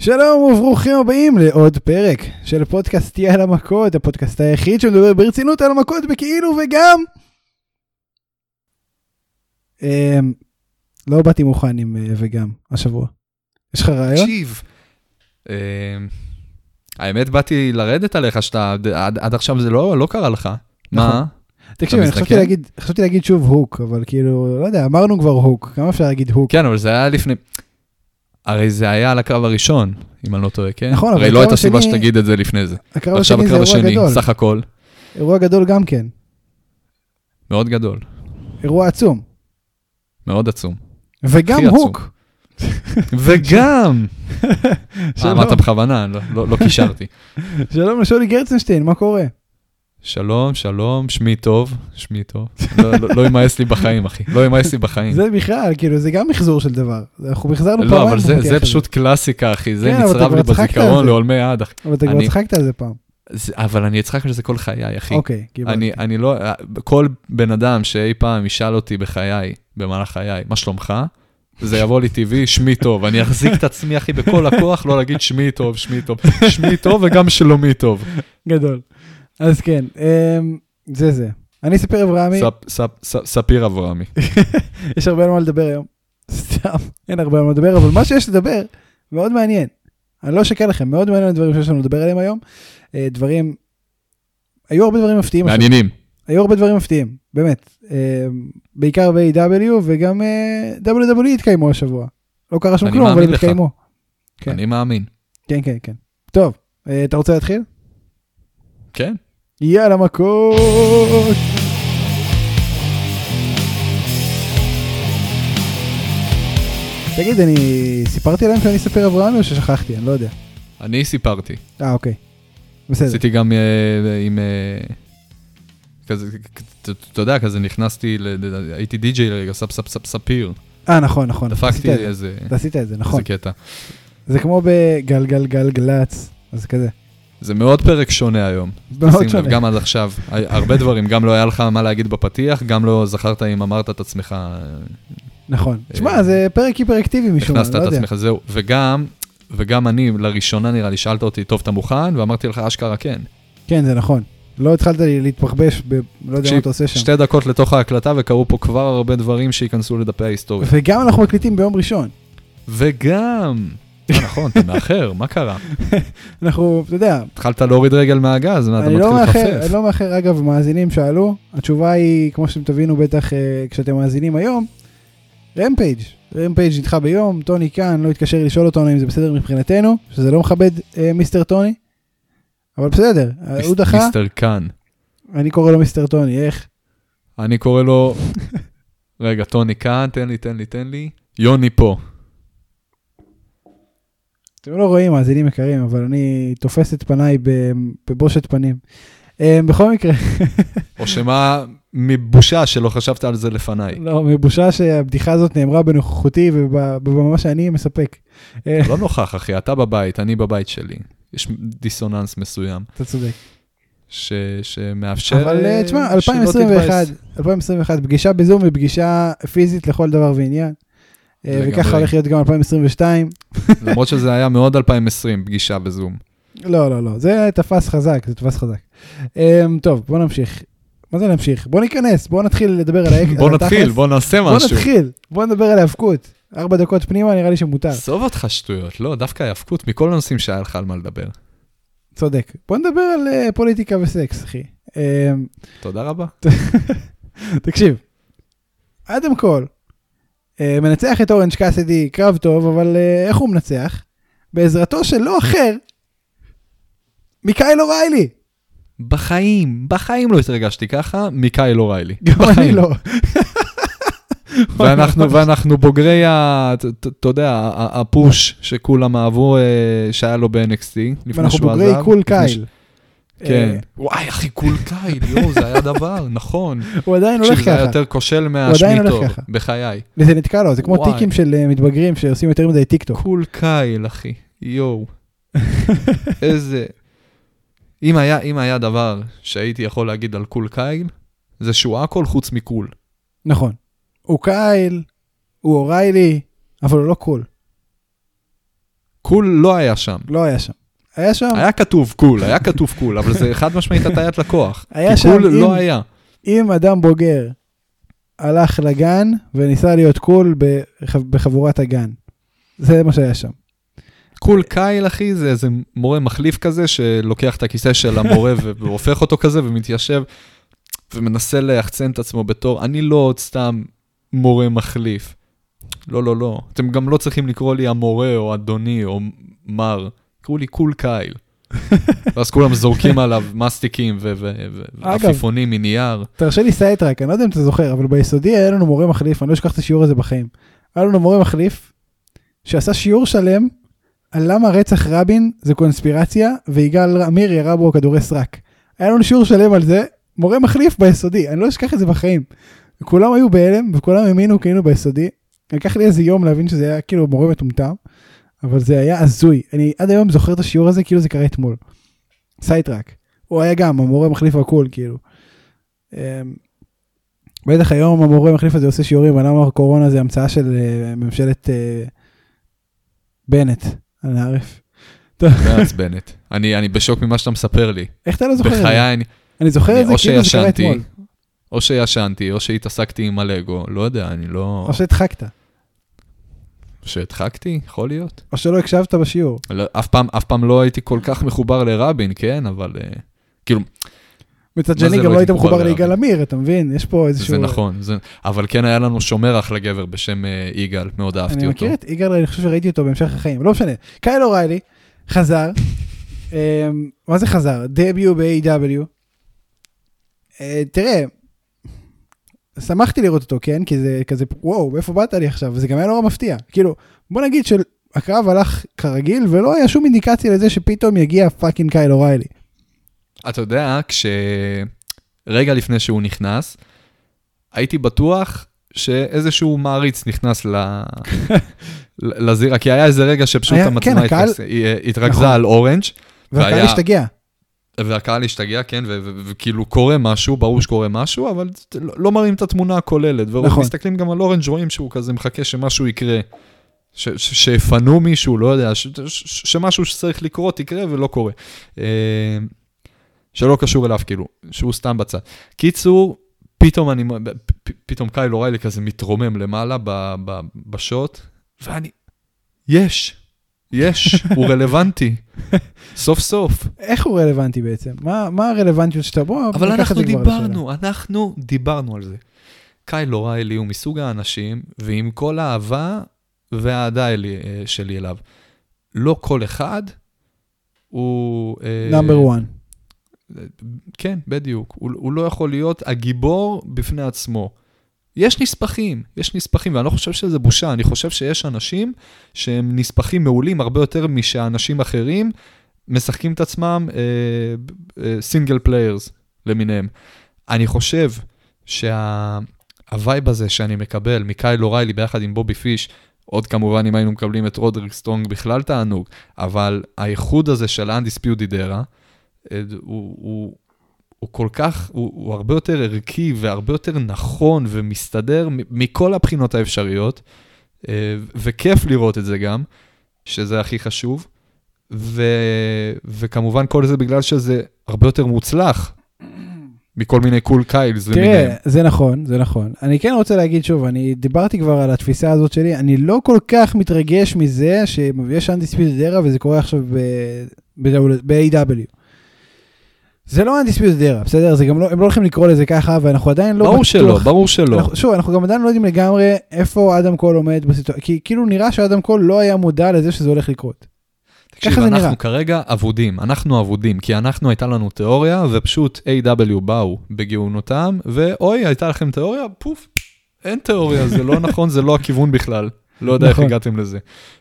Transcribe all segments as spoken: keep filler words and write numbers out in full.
שלום וברוכים הבאים לעוד פרק של פודקאסט תהיה על המכות, הפודקאסט היחיד שמדבר ברצינות על המכות בכאילו וגם לא באתי מוכן עם וגם השבוע. יש לך רעיון? תקשיב, האמת באתי לרדת עליך שאתה עד עכשיו זה לא קרה לך. מה? תקשיב, אני חשבתי להגיד, חשבתי להגיד שוב הוק, אבל כאילו, לא יודע, אמרנו כבר הוק, כמה אפשר להגיד הוק? כן, אבל זה היה לפני, הרי זה היה על הקרב הראשון, אם אני לא טועה, כן? נכון, הרי לא הייתה סיבה שתגיד את זה לפני זה. הקרב השני זה אירוע גדול. סך הכל. אירוע גדול גם כן. מאוד גדול. אירוע עצום. מאוד עצום. וגם הוק. וגם! אמרת בכוונה, לא קישרתי. שלום לשולי גרצנשטיין, מה קורה? שלום, שלום, שמי טוב, שמי טוב. לא ימאס לי בחיים, אחי. לא ימאס לי בחיים. זה בכלל, כאילו, זה גם מחזור של דבר. אנחנו מחזרנו פעמיים. לא, אבל זה פשוט קלאסיקה, אחי. זה נצרב לי בזיכרון לעולמי עד, אחי. אבל אתה כבר צחקת על זה פעם. אבל אני אצחק על זה כל חיי, אחי. אוקיי, קיבלתי. אני לא, כל בן אדם שאי פעם ישאל אותי בחיי, במהלך חיי, מה שלומך? זה יבוא לי טבעי, שמי טוב. אני אחזיק את עצמי, אחי, בכל הכוח, לא להגיד שמי טוב, שמי טוב. שמי טוב וגם שלומי טוב. גדול. אז כן, זה זה. אני ספיר אברהמי. ספיר אברהמי. יש הרבה על מה לדבר היום. סתם, אין הרבה על מה לדבר, אבל מה שיש לדבר, מאוד מעניין. אני לא אשקר לכם, מאוד מעניין הדברים שיש לנו לדבר עליהם היום. דברים, היו הרבה דברים מפתיעים. מעניינים. היו הרבה דברים מפתיעים, באמת. בעיקר ב-איי דאבליו וגם דאבליו דאבליו אי התקיימו השבוע. לא קרה שום כלום, אבל התקיימו. אני מאמין. כן, כן, כן. טוב, אתה רוצה להתחיל? כן. יאללה מכות. תגיד, אני סיפרתי עליהם שאני אספר אברהמי או ששכחתי? אני לא יודע. אני סיפרתי. אה, אוקיי. בסדר. עשיתי גם עם, כזה, אתה יודע, כזה נכנסתי, הייתי די-ג'יי רגע, ספ ספ ספ ספיר. אה, נכון, נכון. דפקתי איזה... אתה עשית את זה, נכון. איזה קטע. זה כמו בגל גל גל גלץ, אז כזה. זה מאוד פרק שונה היום. מאוד שונה. גם עד עכשיו, הרבה דברים, גם לא היה לך מה להגיד בפתיח, גם לא זכרת אם אמרת את עצמך. נכון. תשמע, זה פרק היפראקטיבי משום, הכנסת את עצמך, זהו. וגם, וגם אני, לראשונה נראה לי, שאלת אותי, טוב, אתה מוכן? ואמרתי לך, אשכרה, כן. כן, זה נכון. לא התחלת לי להתפחבש, לא יודע מה אתה עושה שם. שתי דקות לתוך ההקלטה, וקראו פה כבר הרבה דברים שיכנסו לדפי ההיסטוריה. וגם אנחנו מקליטים ביום ראשון. וגם... נכון, אתה מאחר, מה קרה? אנחנו, אתה יודע... התחלת להוריד רגל מהגז, מה, אתה מתחיל לחפף? אני לא מאחר, אגב, מאזינים שאלו, התשובה היא, כמו שאתם תבינו בטח כשאתם מאזינים היום, רמפייג' רמפייג' נדחה ביום, טוני כאן, לא התקשר לשאול אותנו אם זה בסדר מבחינתנו, שזה לא מכבד מיסטר טוני, אבל בסדר, הוא דחה. מיסטר כאן. אני קורא לו מיסטר טוני, איך? אני קורא לו, רגע, טוני כאן, תן לי, תן לי, תן לי, יוני פה. אתם לא רואים, מאזינים יקרים, אבל אני תופס את פניי בבושת פנים. בכל מקרה. או שמה מבושה שלא חשבת על זה לפניי. לא, מבושה שהבדיחה הזאת נאמרה בנוכחותי ובמה שאני מספק. לא נוכח, אחי, אתה בבית, אני בבית שלי. יש דיסוננס מסוים. אתה צודק. שמאפשר... אבל תשמע, אלפיים עשרים ואחת, פגישה בזום ופגישה פיזית לכל דבר ועניין. וככה הולך להיות גם אלפיים עשרים ושתיים. למרות שזה היה מאוד אלפיים עשרים, פגישה בזום. לא, לא, לא, זה תפס חזק, זה תפס חזק. טוב, בוא נמשיך. מה זה נמשיך? בוא ניכנס, בוא נתחיל לדבר על התכלס. בוא נתחיל, בוא נעשה משהו. בוא נתחיל, בוא נדבר על ההאבקות. ארבע דקות פנימה, נראה לי שמותר. סוב אותך שטויות, לא, דווקא ההאבקות, מכל הנושאים שהיה לך על מה לדבר. צודק. בוא נדבר על פוליטיקה וסקס, אחי. תודה רבה. תקשיב, אדם כל, מנצח את אורנג' קאסידי, קרב טוב, אבל איך הוא מנצח? בעזרתו של לא אחר, מיקייל אוריילי. בחיים, בחיים לא התרגשתי ככה, מיקייל אוריילי. גם אני לא. ואנחנו, ואנחנו בוגרי, אתה יודע, הפוש שכולם אהבו, שהיה לו ב-אן אקס טי. ואנחנו בוגרי קול קייל. כן. וואי, אחי, קול קייל, יואו, זה היה דבר, נכון. הוא עדיין הולך ככה. שזה היה יותר כושל מהשמיטור, בחיי. וזה נתקע לו, זה כמו טיקים של מתבגרים שעושים יותר מדי טיק טוק. קול קייל, אחי, יואו. איזה... אם היה, אם היה דבר שהייתי יכול להגיד על קול קייל, זה שהוא הכל חוץ מקול. נכון. הוא קייל, הוא אוריילי, אבל הוא לא קול. קול לא היה שם. לא היה שם. היה שם. היה כתוב קול, היה כתוב קול, אבל זה חד משמעית הטיית לקוח. היה כי קול שם, לא אם- היה. אם אדם בוגר הלך לגן וניסה להיות קול בח- בחבורת הגן. זה מה שהיה שם. קול קייל, אחי, זה איזה מורה מחליף כזה, שלוקח את הכיסא של המורה והופך אותו כזה, ומתיישב, ומנסה להחצן את עצמו בתור, אני לא עוד סתם מורה מחליף. לא, לא, לא. אתם גם לא צריכים לקרוא לי המורה, או אדוני, או מר. קראו לי קול קייל. ואז כולם זורקים עליו מסטיקים ו- ו- ו- ועפיפונים מנייר. תרשה לי סייטרק, אני לא יודע אם אתה זוכר, אבל ביסודי היה לנו מורה מחליף, אני לא אשכח את השיעור הזה בחיים. היה לנו מורה מחליף, שעשה שיעור שלם, על למה רצח רבין זה קונספירציה, ויגאל עמיר ירה בו כדורי סרק. היה לנו שיעור שלם על זה, מורה מחליף ביסודי, אני לא אשכח את זה בחיים. וכולם היו בהלם, וכולם האמינו כאילו ביסודי. לקח לי איזה יום להבין שזה היה כאילו מורה מטומטם, אבל זה היה הזוי. אני עד היום זוכר את השיעור הזה, כאילו זה קרה אתמול. סייטרק. הוא היה גם, המורה מחליף הקול, כאילו. בטח היום המורה המחליף הזה עושה שיעורים, אבל למה הקורונה זה המצאה של ממשלת בנט, אני ערף. מעצבנת. אני אני בשוק ממה שאתה מספר לי. איך אתה לא זוכר את זה? בחיי אני... אני זוכר את זה כאילו זה קרה אתמול. או שישנתי, או שהתעסקתי עם הלגו, לא יודע, אני לא... או שהדחקת. שהדחקתי, יכול להיות. או שלא הקשבת בשיעור. לא, אף פעם, אף פעם לא הייתי כל כך מחובר לרבין, כן, אבל uh, כאילו... מצד שני גם לא היית מחובר ליגאל עמיר, אתה מבין? יש פה איזשהו... זה נכון, זה... אבל כן היה לנו שומר אחלה גבר בשם uh, יגאל, מאוד אהבתי אותו. אני מכיר את יגאל, אני חושב שראיתי אותו בהמשך החיים, לא משנה. קייל אוריילי, חזר, מה זה חזר? דביוט ב-איי דאבליו. תראה, שמחתי לראות אותו, כן? כי זה כזה, וואו, איפה באת לי עכשיו? וזה גם היה נורא מפתיע. כאילו, בוא נגיד שהקרב הלך כרגיל, ולא היה שום אינדיקציה לזה שפתאום יגיע פאקינג קייל אוריילי. אתה יודע, כשרגע לפני שהוא נכנס, הייתי בטוח שאיזשהו מעריץ נכנס לזירה, כי היה איזה רגע שפשוט המצלמה התרכזה על אורנג' והקהל השתגע. והקהל השתגע, כן, וכאילו קורה משהו, ברור שקורה משהו, אבל לא מראים את התמונה הכוללת, ומסתכלים גם על אורנג' רואים שהוא כזה מחכה שמשהו יקרה, שיפנו מישהו, לא יודע, שמשהו שצריך לקרות יקרה ולא קורה. שלא קשור אליו, כאילו, שהוא סתם בצד. קיצור, פתאום אני, פתאום קייל אוריילי כזה מתרומם למעלה בשוט, ואני, יש, יש, הוא רלוונטי. סוף סוף. איך הוא רלוונטי בעצם? מה, מה הרלוונטיות שאתה בוא? אבל אנחנו דיברנו, אנחנו דיברנו על זה. קייל אוריילי הוא מסוג האנשים, ועם כל האהבה והאהדה שלי אליו, לא כל אחד הוא... נאמבר אחד. כן, בדיוק. הוא, הוא לא יכול להיות הגיבור בפני עצמו. יש נספחים, יש נספחים, ואני לא חושב שזה בושה, אני חושב שיש אנשים שהם נספחים מעולים הרבה יותר משאנשים אחרים משחקים את עצמם סינגל פליירס למיניהם. אני חושב שהווייב הזה שאני מקבל מקייל אוריילי ביחד עם בובי פיש, עוד כמובן אם היינו מקבלים את רודריק סטרונג בכלל תענוג, אבל האיחוד הזה של Undisputed Era, הוא, הוא, הוא כל כך, הוא, הוא הרבה יותר ערכי והרבה יותר נכון ומסתדר מכל הבחינות האפשריות, וכיף לראות את זה גם, שזה הכי חשוב, ו, וכמובן כל זה בגלל שזה הרבה יותר מוצלח, מכל מיני קול קיילס למיניהם. תראה, זה נכון, זה נכון. אני כן רוצה להגיד שוב, אני דיברתי כבר על התפיסה הזאת שלי, אני לא כל כך מתרגש מזה שיש Undisputed Era וזה קורה עכשיו ב-איי דאבליו. זה לא Undisputed Era, בסדר? זה גם לא, הם לא הולכים לקרוא לזה ככה, ואנחנו עדיין לא ברור בטוח. שלא, ברור שלא. אנחנו, שוב, אנחנו גם עדיין לא יודעים לגמרי איפה אדם קול עומד בסיטואציה, כי כאילו נראה שאדם קול לא היה מודע לזה שזה הולך לקרות. תקשיב, אנחנו נראה. כרגע עבודים, אנחנו עבודים, כי אנחנו הייתה לנו תיאוריה, ופשוט איי דאבליו באו בגאונותם, ואוי, הייתה לכם תיאוריה, פוף, אין תיאוריה, זה לא נכון, זה לא הכיוון בכלל. לא יודע איך הגעתם לזה.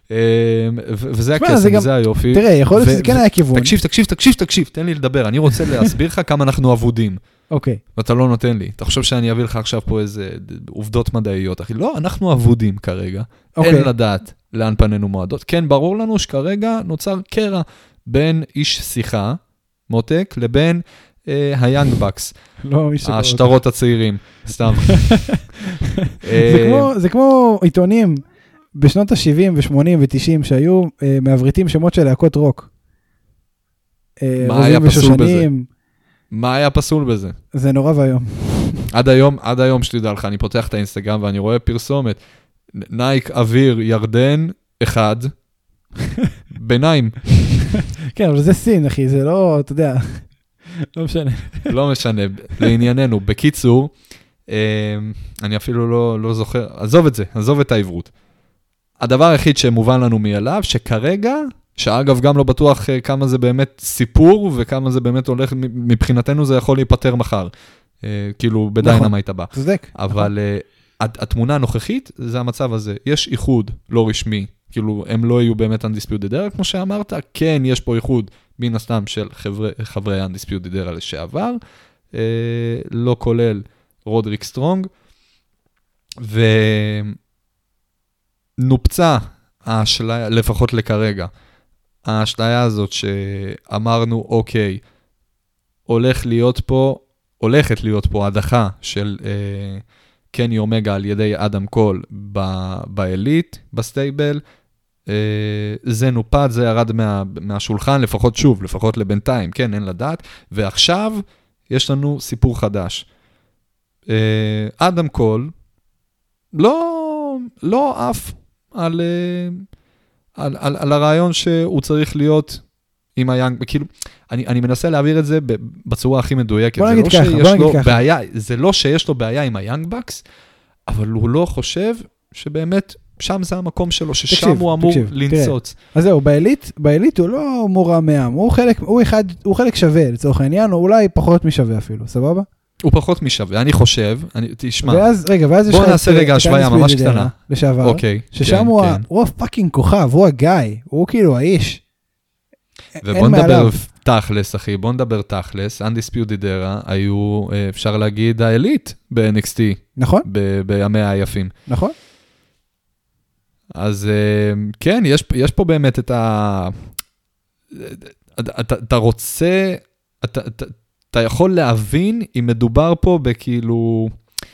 וזה הקסם, זה היופי. תראה, יכול להיות שזה כן היה כיוון. תקשיב, תקשיב, תקשיב, תקשיב, תן לי לדבר. אני רוצה להסביר לך כמה אנחנו עבודים. אוקיי. ואתה לא נותן לי. אתה חושב שאני אביא לך עכשיו פה איזה עובדות מדעיות, אחי? לא, אנחנו עבודים כרגע. אין לדעת לאן פנינו מועדות. כן, ברור לנו שכרגע נוצר קרע בין איש שיחה, מותק, לבין היאנג בקס. השטרות הצעירים. סתם. זה כמו עיתונים. בשנות ה-שבעים ו-שמונים ו-תשעים שהיו אה, מעבריתים שמות של להקות רוק. אה, מה היה פסול ושושנים, בזה? מה היה פסול בזה? זה נורא והיום. עד היום, עד היום שתדע לך, אני פותח את האינסטגרם ואני רואה פרסומת, נייק אוויר ירדן אחד, ביניים. כן, אבל זה סין, אחי, זה לא, אתה יודע, לא משנה. לא משנה, לענייננו. בקיצור, אני אפילו לא, לא זוכר, עזוב את זה, עזוב את העברות. הדבר היחיד שמובן לנו מאליו, שכרגע, שאגב גם לא בטוח כמה זה באמת סיפור, וכמה זה באמת הולך, מבחינתנו זה יכול להיפטר מחר. כאילו בדיינמייט הבא. צודק. אבל התמונה הנוכחית זה המצב הזה. יש איחוד לא רשמי, כאילו הם לא יהיו באמת Undisputed Era, כמו שאמרת, כן יש פה איחוד מן הסתם של חברי, חברי Undisputed Era לשעבר, לא כולל רודריק סטרונג, ונופצה האשליה, לפחות לכרגע, האשליה הזאת שאמרנו, אוקיי, הולך להיות פה, הולכת להיות פה הדחה של אה, קני אומגה על ידי אדם קול באליט, בסטייבל, אה, זה נופת, זה ירד מה, מהשולחן, לפחות שוב, לפחות לבינתיים, כן, אין לדעת, ועכשיו יש לנו סיפור חדש. אה, אדם קול לא, לא אף על, על, על, על הרעיון שהוא צריך להיות עם היאנג, כאילו, אני, אני מנסה להעביר את זה בצורה הכי מדויקת. בוא נגיד זה לא ככה, שיש בוא נגיד לו ככה. בעיה, זה לא שיש לו בעיה עם היאנג בקס, אבל הוא לא חושב שבאמת שם זה המקום שלו, ששם תקשיב, הוא אמור תקשיב, לנצוץ. תראה. אז זהו, באליט, באליט הוא לא מורם מעם, הוא חלק, הוא אחד, הוא חלק שווה, לצורך העניין, או אולי פחות משווה אפילו, סבבה? הוא פחות משווה, אני חושב, אני, תשמע. ואז, רגע, ואז יש בוא לך את- נעשה רגע את השוואה אנדיס ממש בילידרה, קטנה. לשעבר, אוקיי, ששם כן, הוא, ה- כן. הוא הפאקינג כוכב, הוא הגאי, הוא כאילו האיש. ובוא אין נדבר מעליו. תכלס, אחי, בוא נדבר תכלס, Undisputed Era היו, אה, אפשר להגיד, האליט ב-אן אקס טי, נכון, ב- בימי היפים. נכון. אז כן, יש, יש פה באמת את ה... אתה, אתה רוצה, אתה, אתה, אתה יכול להבין אם מדובר פה בכאילו,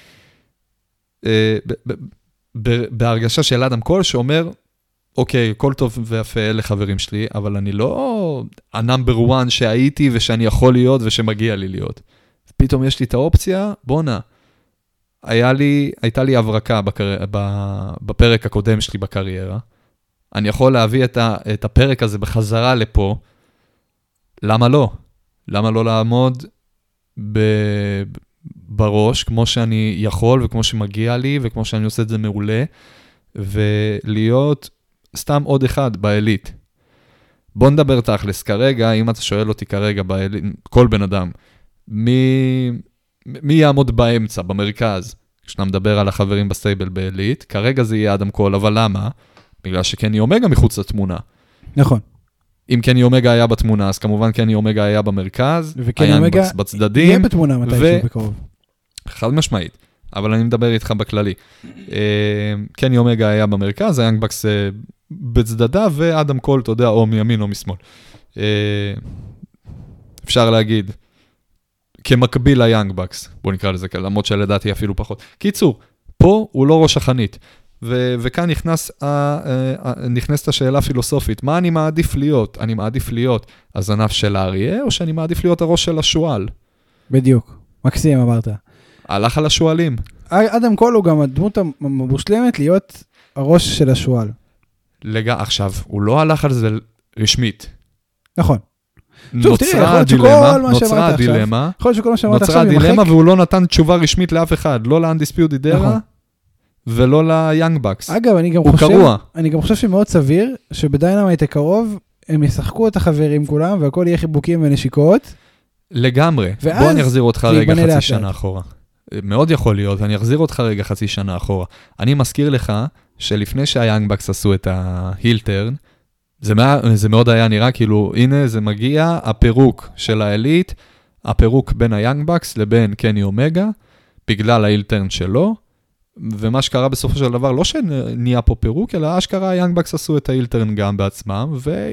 ב, ב, ב, בהרגשה של אדם קול שאומר, אוקיי, כל טוב ויפה אלה חברים שלי, אבל אני לא הנאמבר וואן שהייתי ושאני יכול להיות ושמגיע לי להיות. פתאום יש לי את האופציה, בוא נע. היה לי, הייתה לי הברקה בקר... בפרק הקודם שלי בקריירה. אני יכול להביא את, ה... את הפרק הזה בחזרה לפה. למה לא? למה לא לעמוד ב... בראש, כמו שאני יכול וכמו שמגיע לי וכמו שאני עושה את זה מעולה, ולהיות סתם עוד אחד באליט. בוא נדבר תכלס כרגע, אם אתה שואל אותי כרגע באליט, כל בן אדם, מי... מי יעמוד באמצע, במרכז, כשאתה מדבר על החברים בסטייבל באליט, כרגע זה יהיה אדם קול, אבל למה? בגלל שקני אומגה מחוץ לתמונה. נכון. אם קני אומגה היה בתמונה, אז כמובן קני אומגה היה במרכז, וקני אומגה היה בצדדים. יהיה בתמונה מתישהו ו... בקרוב. חד משמעית, אבל אני מדבר איתך בכללי. קני אומגה היה במרכז, היאנג בקס בצדדה, ואדם קול, אתה יודע, או מימין או משמאל. אפשר להגיד, כמקביל ליאנג בקס, בוא נקרא לזה, למרות שלדעתי אפילו פחות. קיצור, פה הוא לא ראש החנית, ו- וכאן נכנס, ה- ה- נכנסת השאלה הפילוסופית, מה אני מעדיף להיות? אני מעדיף להיות הזנב של האריה, או שאני מעדיף להיות הראש של השואל? בדיוק, מקסים אמרת. הלך על השואלים. אדם קול הוא גם הדמות המושלמת להיות הראש של השואל. לג... עכשיו, הוא לא הלך על זה רשמית. נכון. נוצרה הדילמה, נוצרה הדילמה, יכול להיות שכל מה שאמרת נוצרה עכשיו הדילמה, והוא לא נתן תשובה רשמית לאף אחד, לא ל-Undisputed Era, ולא ל-Young Bucks. אגב, אני גם חושב, אני גם חושב שמאוד סביר, שבדיינמייט הקרוב, הם ישחקו את החברים כולם, והכל יהיה חיבוקים ונשיקות. לגמרי. בוא אני אחזיר אותך רגע חצי שנה אחורה. מאוד יכול להיות, אני אחזיר אותך רגע חצי שנה אחורה. אני מזכיר לך, שלפני שה-Young Bucks עשו את ה-Heel-Turn, זה, זה מאוד היה נראה, כאילו, הנה זה מגיע, הפירוק של האליט, הפירוק בין היאנג בקס לבין קני אומגה, בגלל האילטרן שלו, ומה שקרה בסופו של דבר, לא שנהיה פה פירוק, אלא אשכרה היאנג בקס עשו את האילטרן גם בעצמם,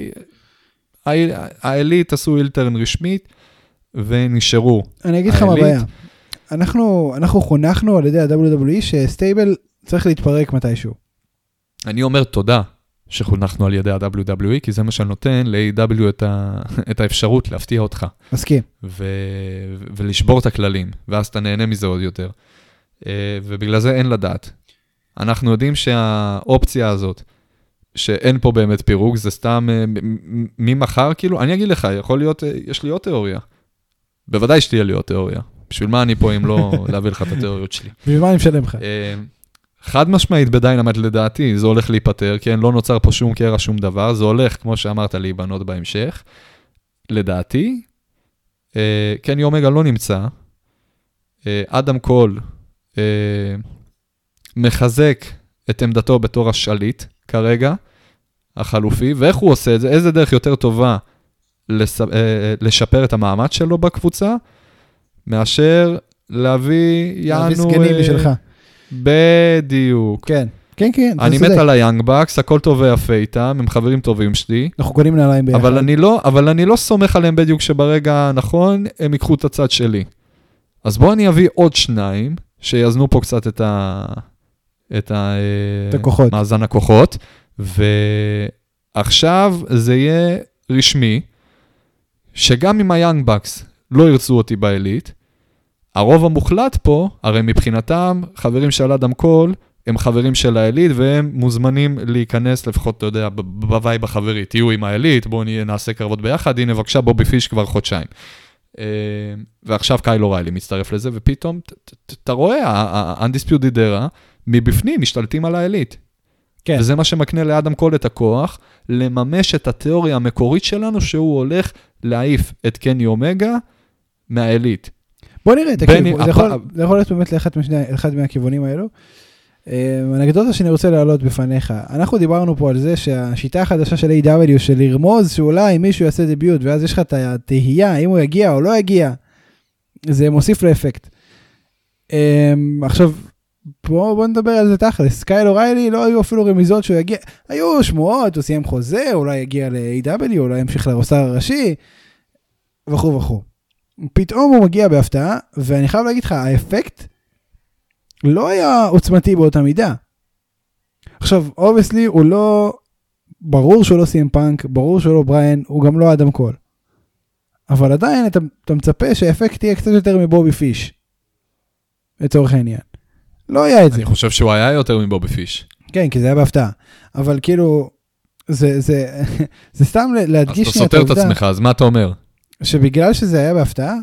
והאליט עשו אילטרן רשמית, ונשארו. אני אגיד לך מה הבעיה. אנחנו, אנחנו חונכנו על ידי ה-דאבליו דאבליו אי שסטייבל צריך להתפרק מתישהו. אני אומר תודה שחונכנו על ידי ה-דאבליו דאבליו אי, כי זה מה שנותן ל-איי דאבליו את, ה... את האפשרות להפתיע אותך. מסכים. ו... ולשבור את הכללים, ואז אתה נהנה מזה עוד יותר. ובגלל זה אין לדעת. אנחנו יודעים שהאופציה הזאת, שאין פה באמת פירוק, זה סתם ממחר, כאילו, אני אגיד לך, יכול להיות, יש לי עוד תיאוריה. בוודאי שתהיה לי עוד תיאוריה. בשביל מה אני פה אם לא להביא לך את התיאוריות שלי? בשביל מה אני משלם לך? חד משמעית בדיינמט לדעתי, זה הולך להיפטר, כן, לא נוצר פה שום קרע, שום דבר, זה הולך, כמו שאמרת, להיבנות בהמשך. לדעתי, כן, אומגה לא נמצא, אדם קול מחזק את עמדתו בתור השליט, כרגע, החלופי, ואיך הוא עושה את זה, איזה דרך יותר טובה לשפר את המעמד שלו בקבוצה, מאשר להביא יענו... להביא סגנים משלך. בדיוק. כן, כן, כן. אני מת על היאנג בקס, הכל טוב ויפה איתם, הם חברים טובים שלי. אנחנו קונים נעליים ביחד. אבל אני לא, אבל אני לא סומך עליהם בדיוק שברגע הנכון, הם ייקחו את הצד שלי. אז בואו אני אביא עוד שניים, שיזנו פה קצת את ה... את ה... את הכוחות. מאזן הכוחות, ועכשיו זה יהיה רשמי, שגם אם היאנג בקס לא ירצו אותי באליט, הרוב המוחלט פה, הרי מבחינתם, חברים של אדם קול, הם חברים של האליט, והם מוזמנים להיכנס, לפחות, אתה יודע, בווייב החברי, תהיו עם האליט, בואו נעשה קרבות ביחד, הנה בבקשה, בובי פיש כבר חודשיים. ועכשיו קיילו ריילי מצטרף לזה, ופתאום, אתה רואה, ה-Undisputed Era, מבפנים משתלטים על האליט. כן. וזה מה שמקנה לאדם קול את הכוח, לממש את התיאוריה המקורית שלנו, שהוא הולך להעיף את קני אומגה מהאליט. בוא נראה, תקשיב, זה יכול, זה יכול להיות באמת לאחד משני, אחד מהכיוונים האלו. אנקדוטה שאני רוצה להעלות בפניך, אנחנו דיברנו פה על זה שהשיטה החדשה של איי דאבליו, של לרמוז שאולי מישהו יעשה דביוט, ואז יש לך את התהייה, אם הוא יגיע או לא יגיע, זה מוסיף לאפקט. עכשיו, בוא, בוא נדבר על זה תכלס, קיילו ריילי לא היו אפילו רמיזות שהוא יגיע, היו שמועות, הוא סיים חוזה, אולי יגיע ל-איי דאבליו, אולי ימשיך לרוסר הראשי, וכו' וכו'. פתאום הוא מגיע בהפתעה, ואני חייב להגיד לך, האפקט לא היה עוצמתי באותה מידה. עכשיו, obviously, הוא לא, ברור שהוא לא סי אם פאנק, ברור שהוא לא בריין, הוא גם לא אדם קול. אבל עדיין אתה, אתה מצפה שהאפקט יהיה קצת יותר מבובי פיש. לצורך העניין. לא היה את זה. אני חושב שהוא היה יותר מבובי פיש. כן, כי זה היה בהפתעה. אבל כאילו, זה, זה, זה סתם להדגיש... אז אתה סותר את עצמך, אז מה אתה אומר? שבגלל שזה היה בהפתעה,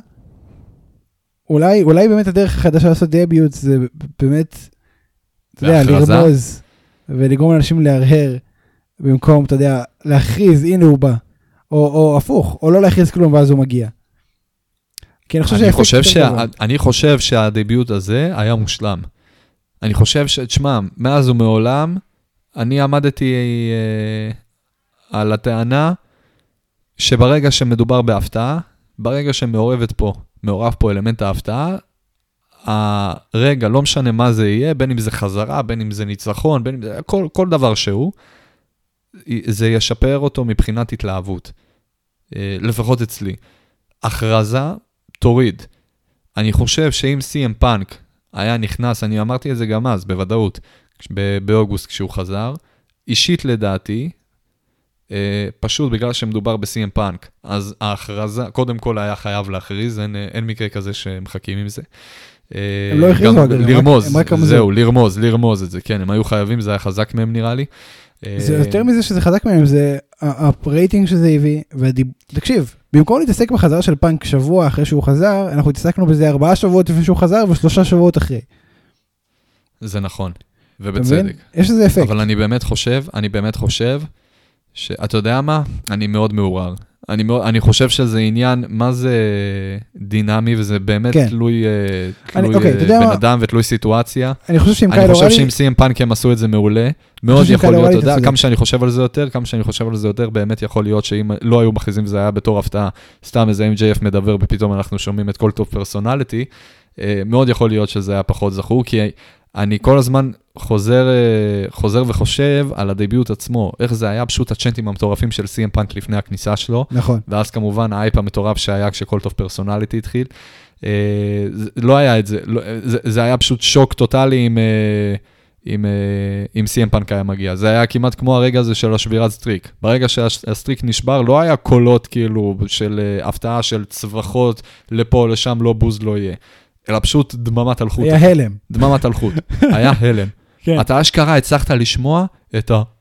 אולי, אולי באמת הדרך החדשה לעשות דביוט, זה באמת, אתה יודע, לרמוז, ולגרום לאנשים להרהר, במקום, אתה יודע, להכריז, הנה הוא בא. או, או הפוך, או לא להכריז כלום, ואז הוא מגיע. כי אני חושב, אני חושב, שה, אני חושב שהדביוט הזה היה מושלם. אני חושב ש... תשמע, מאז ומעולם, אני עמדתי אה, על הטענה, שברגע שמדובר בהפתעה, ברגע שמעורבת פה, מעורב פה אלמנט ההפתעה, הרגע, לא משנה מה זה יהיה, בין אם זה חזרה, בין אם זה ניצחון, בין אם זה... כל, כל דבר שהוא, זה ישפר אותו מבחינת התלהבות. אה, לפחות אצלי. הכרזה, תוריד. אני חושב שאם סי אם פאנק היה נכנס, אני אמרתי את זה גם אז, בוודאות, באוגוסט כשהוא חזר, אישית לדעתי, פשוט בגלל שמדובר ב-סי אם פאנק, אז ההכרזה, קודם כל היה חייב להכריז, אין, אין מקרה כזה שמחכים עם זה. הם לא הכריזו, אגב. לרמוז, זהו, לרמוז, לרמוז את זה, כן, הם היו חייבים, זה היה חזק מהם נראה לי. זה יותר מזה שזה חזק מהם, זה הפרייטינג שזה הביא, ותקשיב, במקום להתעסק בחזרה של פאנק שבוע אחרי שהוא חזר, אנחנו התעסקנו בזה ארבעה שבועות לפני שהוא חזר, ושלושה שבועות אחרי. זה נכון, ובצדק. יש איזה אפקט. אבל אני באמת חושב, אני באמת חושב, שאתה יודע מה? אני מאוד מעורר. אני, מאוד, אני חושב שזה עניין, מה זה דינמי, וזה באמת כן. תלוי, תלוי אני, אוקיי, בן אדם ותלוי סיטואציה. אני חושב שאם אני חושב שאם סי אם פאנק הם עשו את זה מעולה, מאוד יכול להיות, אתה יודע, כמה שאני חושב על זה יותר, כמה שאני חושב על זה יותר, באמת יכול להיות שאם לא היו מכריזים וזה היה בתור הפתעה, סתם איזה אם ג'יי אף מדבר, ופתאום אנחנו שומעים את כל טוב פרסונליטי, מאוד יכול להיות שזה היה פחות זכור, כי אני כל הזמן חוזר, חוזר וחושב על הדביוט עצמו, איך זה היה פשוט הצ'נטים המטורפים של סי אם פאנק לפני הכניסה שלו, נכון. ואז כמובן האייפ המטורף שהיה כשכל טוב פרסונליטי התחיל, לא היה את זה, זה, זה היה פשוט שוק טוטלי עם, אם, אם סי אם פאנק היה מגיע. זה היה כמעט כמו הרגע הזה של השבירת סטריק. ברגע שהסטריק נשבר, לא היה קולות כאילו של הפתעה של צווחות לפה, לשם, לא בוז, לא יהיה. אלא פשוט דממת הלכות. היה הלם. דממת הלכות. היה הלם. אתה אשכרה הצלחת לשמוע את ה...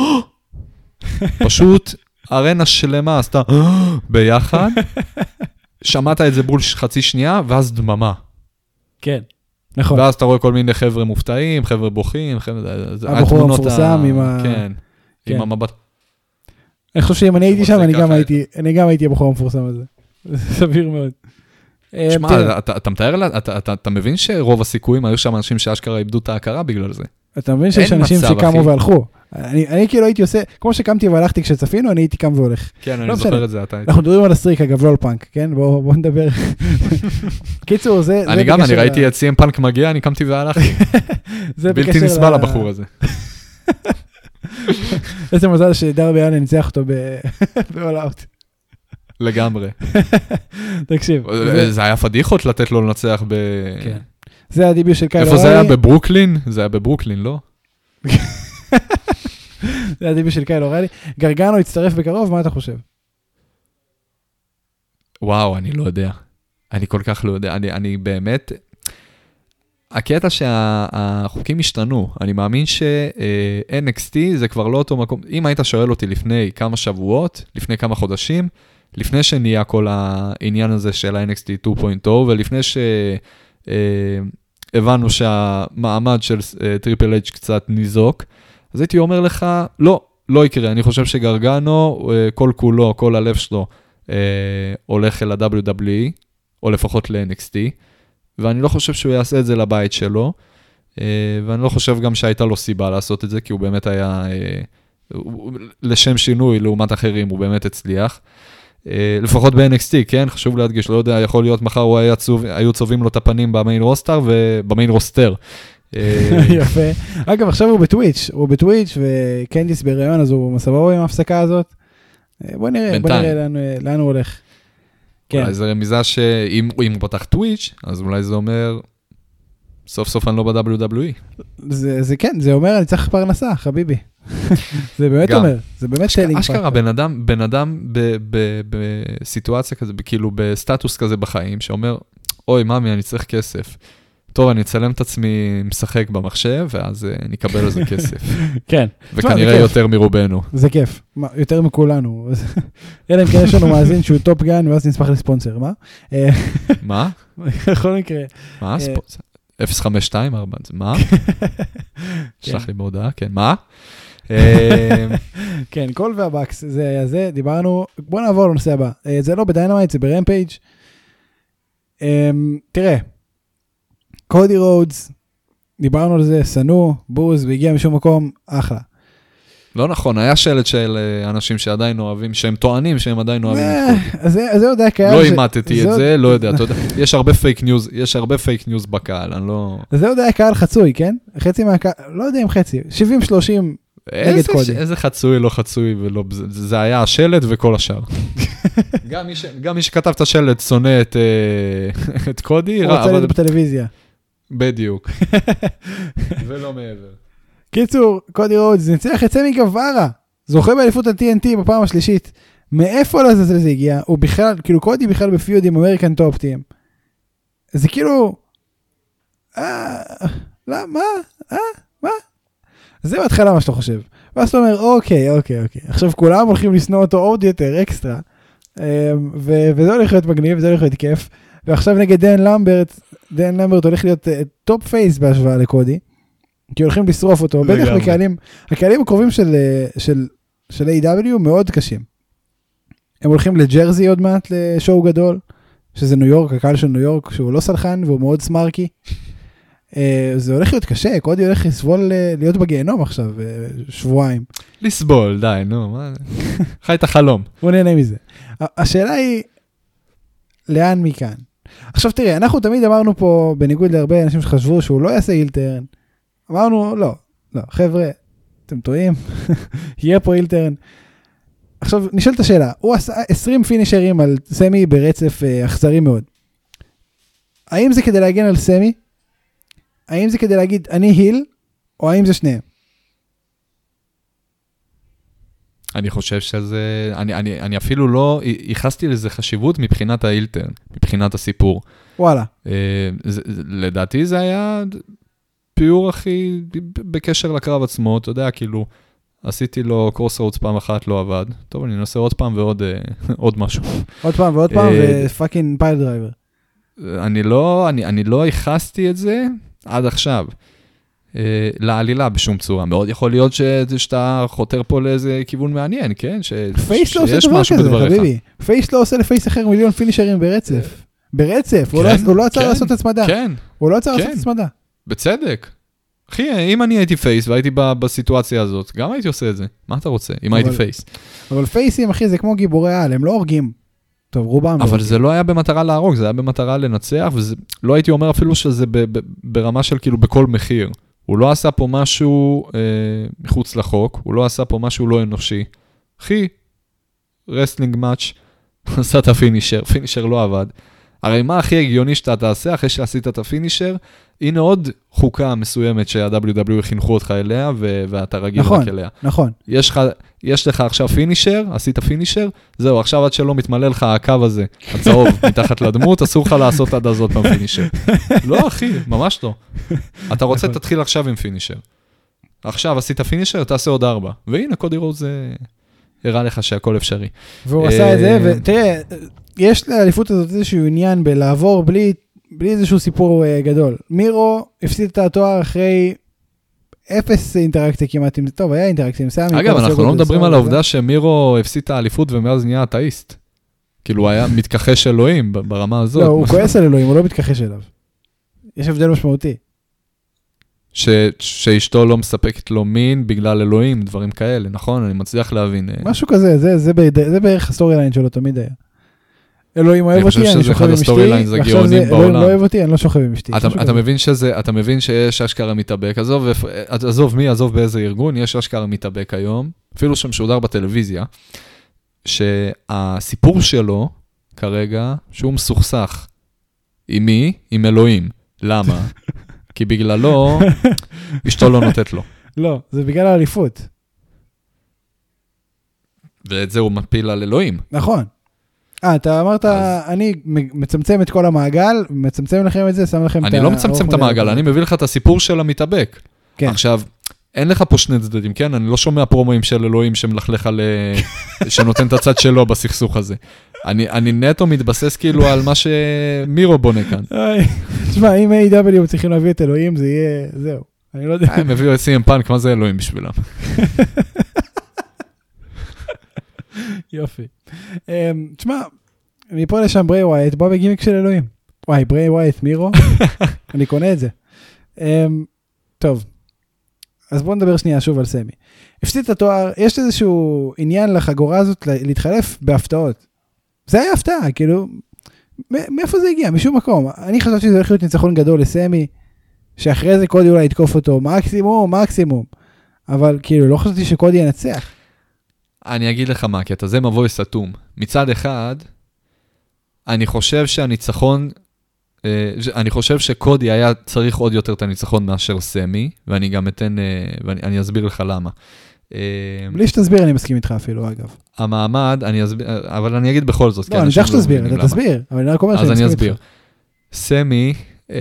פשוט ארנה שלמה עשתה ביחד, שמעת את זה בול חצי שנייה, ואז דממה. כן. נכון. ואז אתה רואה כל מיני חבר'ה מופתעים, חבר'ה בוכים, הבחור המפורסם עם ה... כן, עם המבט. אני חושב שאם אני הייתי שם, אני גם הייתי הבחור המפורסם הזה. זה סביר מאוד. שמע, אתה מתאר, אתה מבין שרוב הסיכויים היו שם אנשים שאשכרה איבדו את ההכרה בגלל זה. אתה מבין שיש אנשים שקמו והלכו. אני כאילו הייתי עושה, כמו שקמתי והלכתי כשצפינו, אני הייתי קם והולך. כן, אני זוכר את זה. אנחנו מדברים על הסטריק, אגב, לא על פאנק, כן? בואו נדבר. קיצור, זה... אני גם, אני ראיתי את סי אם פאנק מגיע, אני קמתי והלכתי. בלתי נסבל הבחור הזה. איזה מזל שדרבי אלן ניצח אותו ב-all out. לגמרי. תקשיב. זה היה פדיחות לתת לו לנצח ב... כן. זה הדיביוט של קייל אוראלי. איפה זה היה? בברוקלין? זה היה בברוקלין, לא? זה הדיביוט של קייל אוראלי. גרגנו הצטרף בקרוב, מה אתה חושב? וואו, אני לא יודע. אני כל כך לא יודע. אני, אני באמת... הקטע שהחוקים השתנו. אני מאמין ש-אן אקס טי זה כבר לא אותו מקום. אם היית שואל אותי לפני כמה שבועות, לפני כמה חודשים, לפני שנהיה כל העניין הזה של ה-אן אקס טי שתיים נקודה אפס, ולפני שהבנו שהמעמד של טריפל אייץ' קצת ניזוק, אז הייתי אומר לך, לא, לא יקרה. אני חושב שגרגנו, כל כולו, כל הלב שלו, הולך אל ה-דאבליו דאבליו אי, או לפחות ל-אן אקס טי, ואני לא חושב שהוא יעשה את זה לבית שלו, ואני לא חושב גם שהייתה לו סיבה לעשות את זה, כי הוא באמת היה, לשם שינוי לעומת אחרים, הוא באמת הצליח. לפחות ב-אן אקס טי, כן? חשוב להדגיש, לא יודע, יכול להיות מחר הוא היה צוב, היו צובים לו את הפנים במיין רוסטר, ובמיין רוסטר. יפה. אגב, עכשיו הוא בטוויץ', הוא בטוויץ', וקנדיס בהיריון, אז הוא מסברו עם ההפסקה הזאת. בוא נראה, בוא נראה לאן הוא הולך. אולי זו רמיזה שאם הוא פתח טוויץ', אז אולי זה אומר, סוף סוף אני לא ב-דאבליו דאבליו אי. זה כן, זה אומר, אני צריך פרנסה, חביבי. זה באמת אומר, זה באמת טלינג פאקטור. אשכרה, בן אדם, בן אדם בסיטואציה כזה, כאילו בסטטוס כזה בחיים, שאומר, אוי, ממי, אני צריך כסף. טוב, אני אצלם את עצמי משחק במחשב, ואז נקבל על זה כסף. כן. וכנראה יותר מרובנו. זה כיף, יותר מכולנו. אלא אם כן יש לנו מאזין שהוא טופ גן, ואז נשמח לספונסר, מה? מה? בכל מקרה. מה הספונסר? אפס חמש שתיים ארבע, מה? שלח לי בהודעה, כן, מה? כן, קול והבקס, זה היה זה, דיברנו, בוא נעבור לנושא הבא. זה לא בדיינמייט, זה ברמפייג'. תראה, קודי רודס, דיברנו על זה, סנו, בוז, והגיע משום מקום, אחלה. לא נכון, היה שלט של אנשים שעדיין אוהבים, שהם טוענים שהם עדיין אוהבים את קודי. אז זה יודע קהל. לא אימתתי את זה, לא יודע, אתה יודע. יש הרבה פייק ניוז, יש הרבה פייק ניוז בקהל, אני לא... אז זה יודע קהל חצוי, כן? חצי מהקהל, לא יודע אם חצי, שבעים שלושים נגד קודי. איזה חצוי, לא חצוי, זה היה השלט וכל השאר. גם מי שכתב את השלט שונא את קודי. הוא רוצה להיות בטלוויזיה. בדיוק. ולא מעבר. קיצור, קודי רודס ניצח את סמי גווארה, זוכה באליפות ה-טי אן טי בפעם השלישית. מאיפה לזה זה הגיע? הוא בכלל, כאילו קודי בכלל בפיוד עם אמריקן טופ טים. זה כאילו, אה, לא, מה? אה, מה? זה בהתחלה מה שאתה חושב. ואז אתה אומר, אוקיי, אוקיי, אוקיי. עכשיו כולם הולכים לסנוע אותו עוד יותר, אקסטרה. וזה הולך להיות מגניב, וזה הולך להיות כיף. ועכשיו נגד דן למברט, דן למברט הולך להיות טופ פייס בהשוואה לקודי. כי הולכים לשרוף אותו, בטח בקהלים, הקהלים הקרובים של, של, של איי דאבליו מאוד קשים. הם הולכים לג'רזי עוד מעט לשואו גדול, שזה ניו יורק, הקהל של ניו יורק, שהוא לא סלחן והוא מאוד סמרקי. זה הולך להיות קשה, קודי הולך לסבול להיות בגיהנום עכשיו, שבועיים. לסבול, די, נו, מה? חי את החלום. בוא נהנה מזה. השאלה היא, לאן מכאן? עכשיו תראה, אנחנו תמיד אמרנו פה, בניגוד להרבה אנשים שחשבו שהוא לא יעשה אילטרן, אמרנו, לא, לא, חבר'ה, אתם טועים, יהיה פה אילטרן. עכשיו, נשאל את השאלה, הוא עשה עשרים פינישרים על סמי ברצף אה, אכזרי מאוד. האם זה כדי להגן על סמי? האם זה כדי להגיד, אני היל, או האם זה שניהם? אני חושב שזה, אני, אני, אני אפילו לא, ייחסתי לזה חשיבות מבחינת האילטרן, מבחינת הסיפור. וואלה. זה, לדעתי זה היה פיור הכי, בקשר לקרב עצמו, אתה יודע, כאילו, עשיתי לו קורס רודס פעם אחת, לא עבד. טוב, אני ננסה עוד פעם ועוד עוד משהו. עוד פעם ועוד פעם, ופאקינג פייל דרייבר. אני לא, אני, אני לא ייחסתי את זה עד עכשיו. לעלילה בשום צורה. מאוד יכול להיות שאתה חותר פה לאיזה כיוון מעניין, כן? פייס לא עושה דבר כזה, חביבי. פייס לא עושה לפייס אחר מיליון פינישרים ברצף. ברצף. הוא לא עצר לעשות הצמדה. כן. הוא לא עצר לעשות הצמדה. בצדק. אחי, אם אני הייתי פייס והייתי בסיטואציה הזאת, גם הייתי עושה את זה. מה אתה רוצה? אם הייתי פייס. אבל פייסים, אחי, זה כמו גיבורי על, הם לא הורגים. טוב, רובם. אבל זה לא היה במטרה להרוג, זה היה במטרה לנצח, ולא הייתי אומר אפילו שזה ברמה של כאילו בכל מחיר. הוא לא עשה פה משהו אה, מחוץ לחוק, הוא לא עשה פה משהו לא אנושי. אחי, רסלינג מאץ', עשה את הפינישר, פינישר לא עבד. הרי מה הכי הגיוני שאתה תעשה אחרי שעשית את הפינישר? הנה עוד חוקה מסוימת שה-דאבליו דאבליו E חינכו אותך אליה, ו- ואתה רגיל נכון, רק אליה. נכון. יש לך, יש לך עכשיו פינישר, עשית פינישר, זהו, עכשיו עד שלא מתמלא לך הקו הזה, הצהוב, מתחת לדמות, אסור לך לעשות עד הזאת פעם פינישר. לא, אחי, ממש לא. אתה רוצה, תתחיל עכשיו עם פינישר. עכשיו עשית פינישר, תעשה עוד ארבע. והנה, קודי רודס זה הראה לך שהכל אפשרי. והוא עשה את זה, ותראה, יש לאליפות הזאת איזשהו עניין בלעבור בלי, בלי איזשהו סיפור גדול. מירו הפסיד את התואר אחרי אפס אינטראקציה כמעט, טוב, היה אינטראקציה עם סמי. אגב, אנחנו לא מדברים על העובדה שמירו הפסיד את האליפות ומאז נהיה אתאיסט. כאילו, הוא היה מתכחש אלוהים ברמה הזאת. לא, הוא כועס על אלוהים, הוא לא מתכחש אליו. יש הבדל משמעותי. שאשתו לא מספקת לו מין בגלל אלוהים, דברים כאלה, נכון? אני מצליח להבין. משהו כזה, זה, זה, זה בערך הסטורי ליין שלו תמיד היה. אלוהים אוהב אותי, אני שוכב עם אשתי, ועכשיו זה אלוהים לא אוהב אותי, אני לא שוכב עם אשתי. אתה מבין שזה, אתה מבין שיש אשכרה מתאבק, עזוב מי, עזוב באיזה ארגון, יש אשכרה מתאבק היום, אפילו שמשודר בטלוויזיה, שהסיפור שלו, כרגע, שהוא מסוכסך, עם מי? עם אלוהים. למה? כי בגללו, אשתו לא נותת לו. לא, זה בגלל האליפות. ואת זה הוא מפיל על אלוהים. נכון. אה, אתה אמרת, אני מצמצם את כל המעגל, מצמצם לכם את זה, שם לכם את ה... אני לא מצמצם את המעגל, אני מביא לך את הסיפור של המתאבק. עכשיו, אין לך פה שני צדדים, כן? אני לא שומע פרומואים של אלוהים שמלכלך על... שנותן את הצד שלו בסכסוך הזה. אני נטו מתבסס כאילו על מה שמירו בונה כאן. תשמע, אם איי דאבליו צריכים להביא את אלוהים, זה יהיה... זהו. אני לא יודע. הם הביאו את סי אם פאנק, מה זה אלוהים בשבילם? יופי. תשמע, מפה לשם ברי ווייט, בוא בגימיק של אלוהים. וואי, ברי ווייט, מירו, אני קונה את זה. טוב, אז בואו נדבר שנייה שוב על סמי. הפסיד את התואר, יש איזשהו עניין לחגורה הזאת להתחלף בהפתעות. זה היה הפתעה, כאילו, מאיפה זה הגיע? משום מקום. אני חשבתי שזה הולך להיות ניצחון גדול לסמי, שאחרי זה קודי אולי יתקוף אותו, מקסימום, מקסימום. אבל כאילו, לא חשבתי שקודי ינצח. אני אגיד לך מה, כי אתה זה מבוי סתום. מצד אחד, אני חושב שהניצחון, אני חושב שקודי היה צריך עוד יותר את הניצחון מאשר סמי, ואני גם אתן, ואני אסביר לך למה. בלי שתסביר, אני מסכים איתך אפילו, אגב. המעמד, אני אסביר, אבל אני אגיד בכל זאת. לא, אני צריך שתסביר, אתה תסביר, אבל אני רק אומר שאני מסכים איתך. אז אני אסביר. סמי,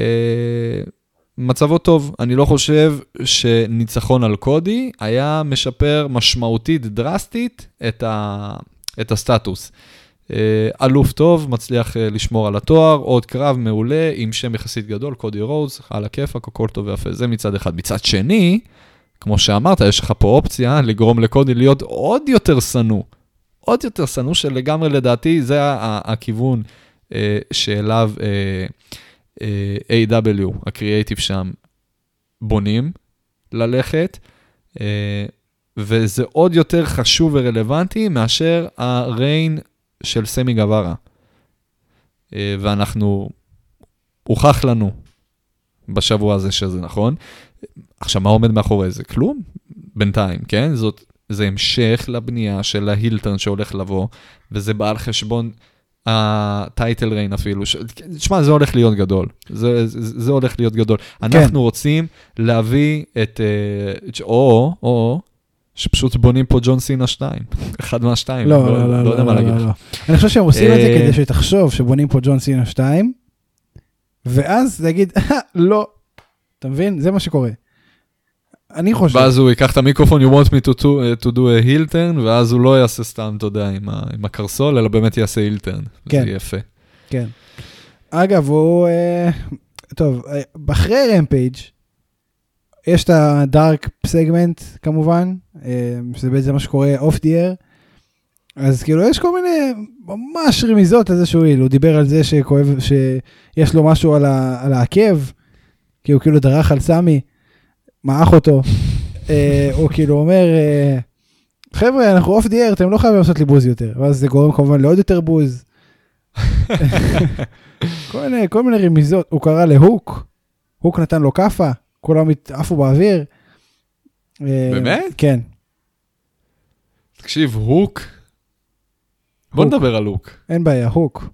מצבו טוב, אני לא חושב שניצחון על קודי היה משפר משמעותית, דרסטית, את, ה... את הסטטוס. אלוף טוב, מצליח לשמור על התואר, עוד קרב מעולה, עם שם יחסית גדול, קודי רודס, על הכיפק, הכל טוב ויפה, זה מצד אחד. מצד שני, כמו שאמרת, יש לך פה אופציה לגרום לקודי להיות עוד יותר סנו, עוד יותר סנו, שלגמרי לדעתי זה הכיוון שאליו... איי דאבליו, הקריאייטיב שם, בונים ללכת, וזה עוד יותר חשוב ורלוונטי מאשר הריין של סמי גווארה. ואנחנו, הוכח לנו בשבוע הזה שזה נכון. עכשיו, מה עומד מאחורי זה? כלום? בינתיים, כן? זאת, זה המשך לבנייה של ההילטרן שהולך לבוא, וזה בא על חשבון הטייטל ריין אפילו, תשמע, זה הולך להיות גדול, זה, זה, זה הולך להיות גדול. אנחנו רוצים להביא את, או, או, שפשוט בונים פה ג'ון סינה שתיים, אחד מהשתיים, לא, לא, לא, לא יודע מה להגיד לך. אני חושב שהם עושים את זה כדי שתחשוב שבונים פה ג'ון סינה שתיים, ואז להגיד, לא, אתה מבין? זה מה שקורה. אני חושב. ואז הוא ייקח את המיקרופון, you want me to, to, to do a heel turn, ואז הוא לא יעשה סתם, אתה יודע, עם, ה, עם הקרסול, אלא באמת יעשה heel turn. כן. זה יפה. כן. אגב, הוא, אה, טוב, אחרי רמפייג' יש את הדארק סגמנט, כמובן, אה, שזה בעצם מה שקורה off the air, אז כאילו יש כל מיני ממש רמיזות לזה שהוא איל, הוא דיבר על זה שכואב, שיש לו משהו על, ה, על העקב, כי הוא כאילו דרך על סמי, מעך אותו, הוא כאילו אומר, חבר'ה, אנחנו אוף די אר, אתם לא חייבים לעשות לי בוז יותר, ואז זה גורם כמובן לעוד יותר בוז. כל מיני רמיזות, הוא קרא להוק, הוק נתן לו קפה, כולם עפו באוויר. באמת? כן. תקשיב, הוק, בוא נדבר על הוק. אין בעיה, הוק.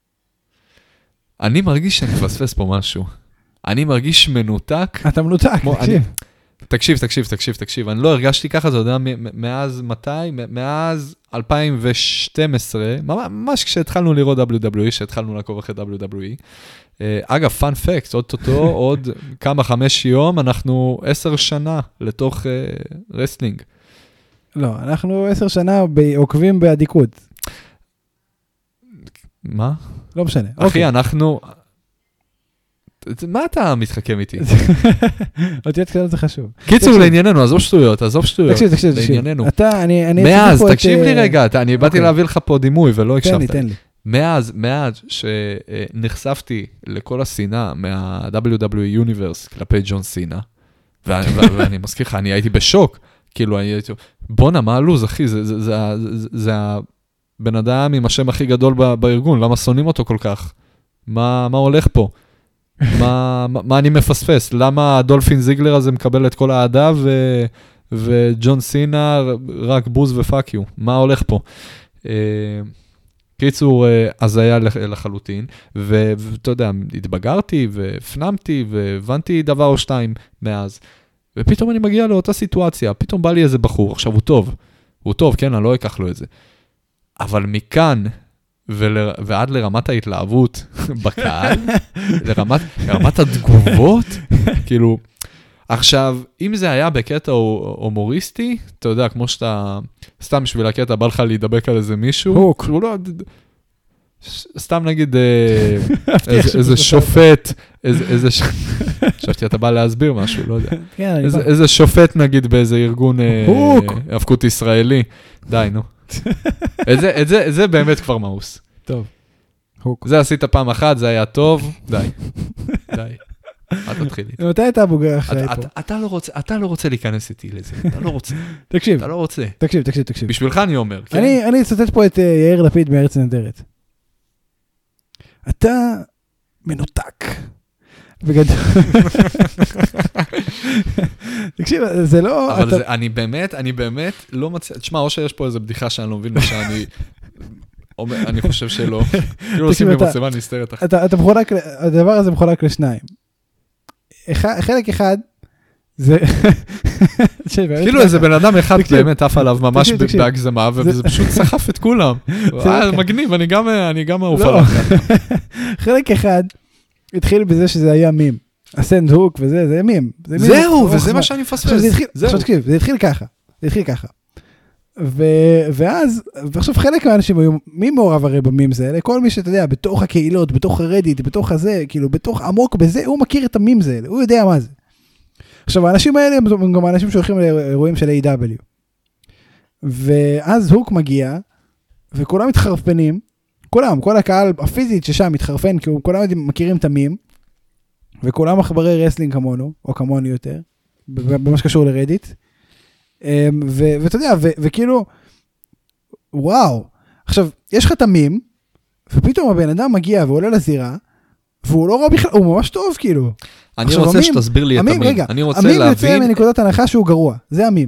אני מרגיש שאני מפספס פה משהו. אני מרגיש מנותק. אתה מנותק, תקשיב. תקשיב, תקשיב, תקשיב, תקשיב. אני לא הרגשתי ככה, אתה יודע, מאז מתי? מאז אלפיים ושתים עשרה, ממש כשהתחלנו לראות דאבליו דאבליו אי, כשהתחלנו לעקוב אחרי דאבליו דאבליו אי. אגב, פאנ פקט, עוד תותו, עוד כמה חמש יום, אנחנו עשר שנה לתוך רסלינג. לא, אנחנו עשר שנה עוקבים בעדיקות. מה? לא משנה. אחי, אנחנו... מה אתה מתחכם איתי? אותיות קטנות זה חשוב. קיצור, לענייננו, עזוב שטויות, עזוב שטויות. תקשיב, תקשיב, תקשיב. אתה, אני... מאז, תקשיב לי רגע, אני באתי להביא לך פה דימוי ולא הקשבת. תן לי, תן לי. מאז, מאז שנחשפתי לכל השנאה מה-דאבליו דאבליו אי Universe כלפי ג'ון סינה, ואני מזכיר לך, אני הייתי בשוק, כאילו, הייתי, בונה, מה הלוז, אחי? זה הבן אדם עם השם הכי גדול בארגון, למה שונאים אותו כל כך? מה הולך פה? מה, מה אני מפספס? למה דולפין זיגלר הזה מקבל את כל האהדה ו, וג'ון סינה רק בוז ופאק יו? מה הולך פה? קיצור, אז היה לחלוטין, ואתה יודע, התבגרתי והפנמתי והבנתי דבר או שתיים מאז, ופתאום אני מגיע לאותה סיטואציה, פתאום בא לי איזה בחור, עכשיו הוא טוב, הוא טוב, כן, אני לא אקח לו את זה, אבל מכאן, ול... ועד לרמת ההתלהבות בקהל, לרמת, לרמת התגובות, כאילו, עכשיו, אם זה היה בקטע הומוריסטי, אתה יודע, כמו שאתה, סתם בשביל הקטע, בא לך להידבק על איזה מישהו, הוק. שהוא לא, סתם נגיד, איזה, איזה שופט, איזה, איזה, חשבתי, אתה בא להסביר משהו, לא יודע. איזה, איזה שופט נגיד באיזה ארגון, הפקות ישראלי, די, נו. את זה, את זה, זה באמת כבר מאוס. טוב. זה עשית פעם אחת, זה היה טוב, די. די. אל תתחיל לי. מתי אתה בוגר אחרי פה? אתה לא רוצה, אתה לא רוצה להיכנס איתי לזה. אתה לא רוצה. תקשיב. אתה לא רוצה. תקשיב, תקשיב, תקשיב. בשבילך אני אומר, כן? אני, אני אצטט פה את יאיר לפיד מארץ נהדרת. אתה מנותק. בגדול. תקשיב, זה לא... אבל זה, אני באמת, אני באמת לא מצא... תשמע, או שיש פה איזו בדיחה שאני לא מבין מה שאני... אני חושב שלא. כאילו עושים לי מצבה נסתרת אחת. אתה מחולק, הדבר הזה מחולק לשניים. חלק אחד, זה... כאילו איזה בן אדם אחד באמת עף עליו ממש בהגזמה, וזה פשוט סחף את כולם. מגניב, אני גם מעופל. חלק אחד, התחיל בזה שזה היה מים. הסנד הוק וזה, זה מים. זהו, וזה מה שאני מפספס. עכשיו תקשיב, זה התחיל ככה. זה התחיל ככה. ואז, ועכשיו חלק מהאנשים היו, מי מעורב הרי במים זה? כל מי שאתה יודע, בתוך הקהילות, בתוך הרדיט, בתוך הזה, כאילו, בתוך עמוק בזה, הוא מכיר את המים זה, הוא יודע מה זה. עכשיו, האנשים האלה הם גם האנשים שהולכים לאירועים של איי דאבליו. ואז הוק מגיע, וכולם מתחרפנים, כולם, כל הקהל הפיזית ששם מתחרפן, כי כולם מכירים את המים, וכולם מחברי רסלינג כמונו, או כמוני יותר, במה שקשור לרדיט. ואתה יודע, וכאילו, וואו, עכשיו, יש לך את המים, ופתאום הבן אדם מגיע ועולה לזירה, והוא לא רואה בכלל, הוא ממש טוב, כאילו. אני רוצה שתסביר לי את המים. רגע, המים יוצא מנקודת הנחה שהוא גרוע, זה המים.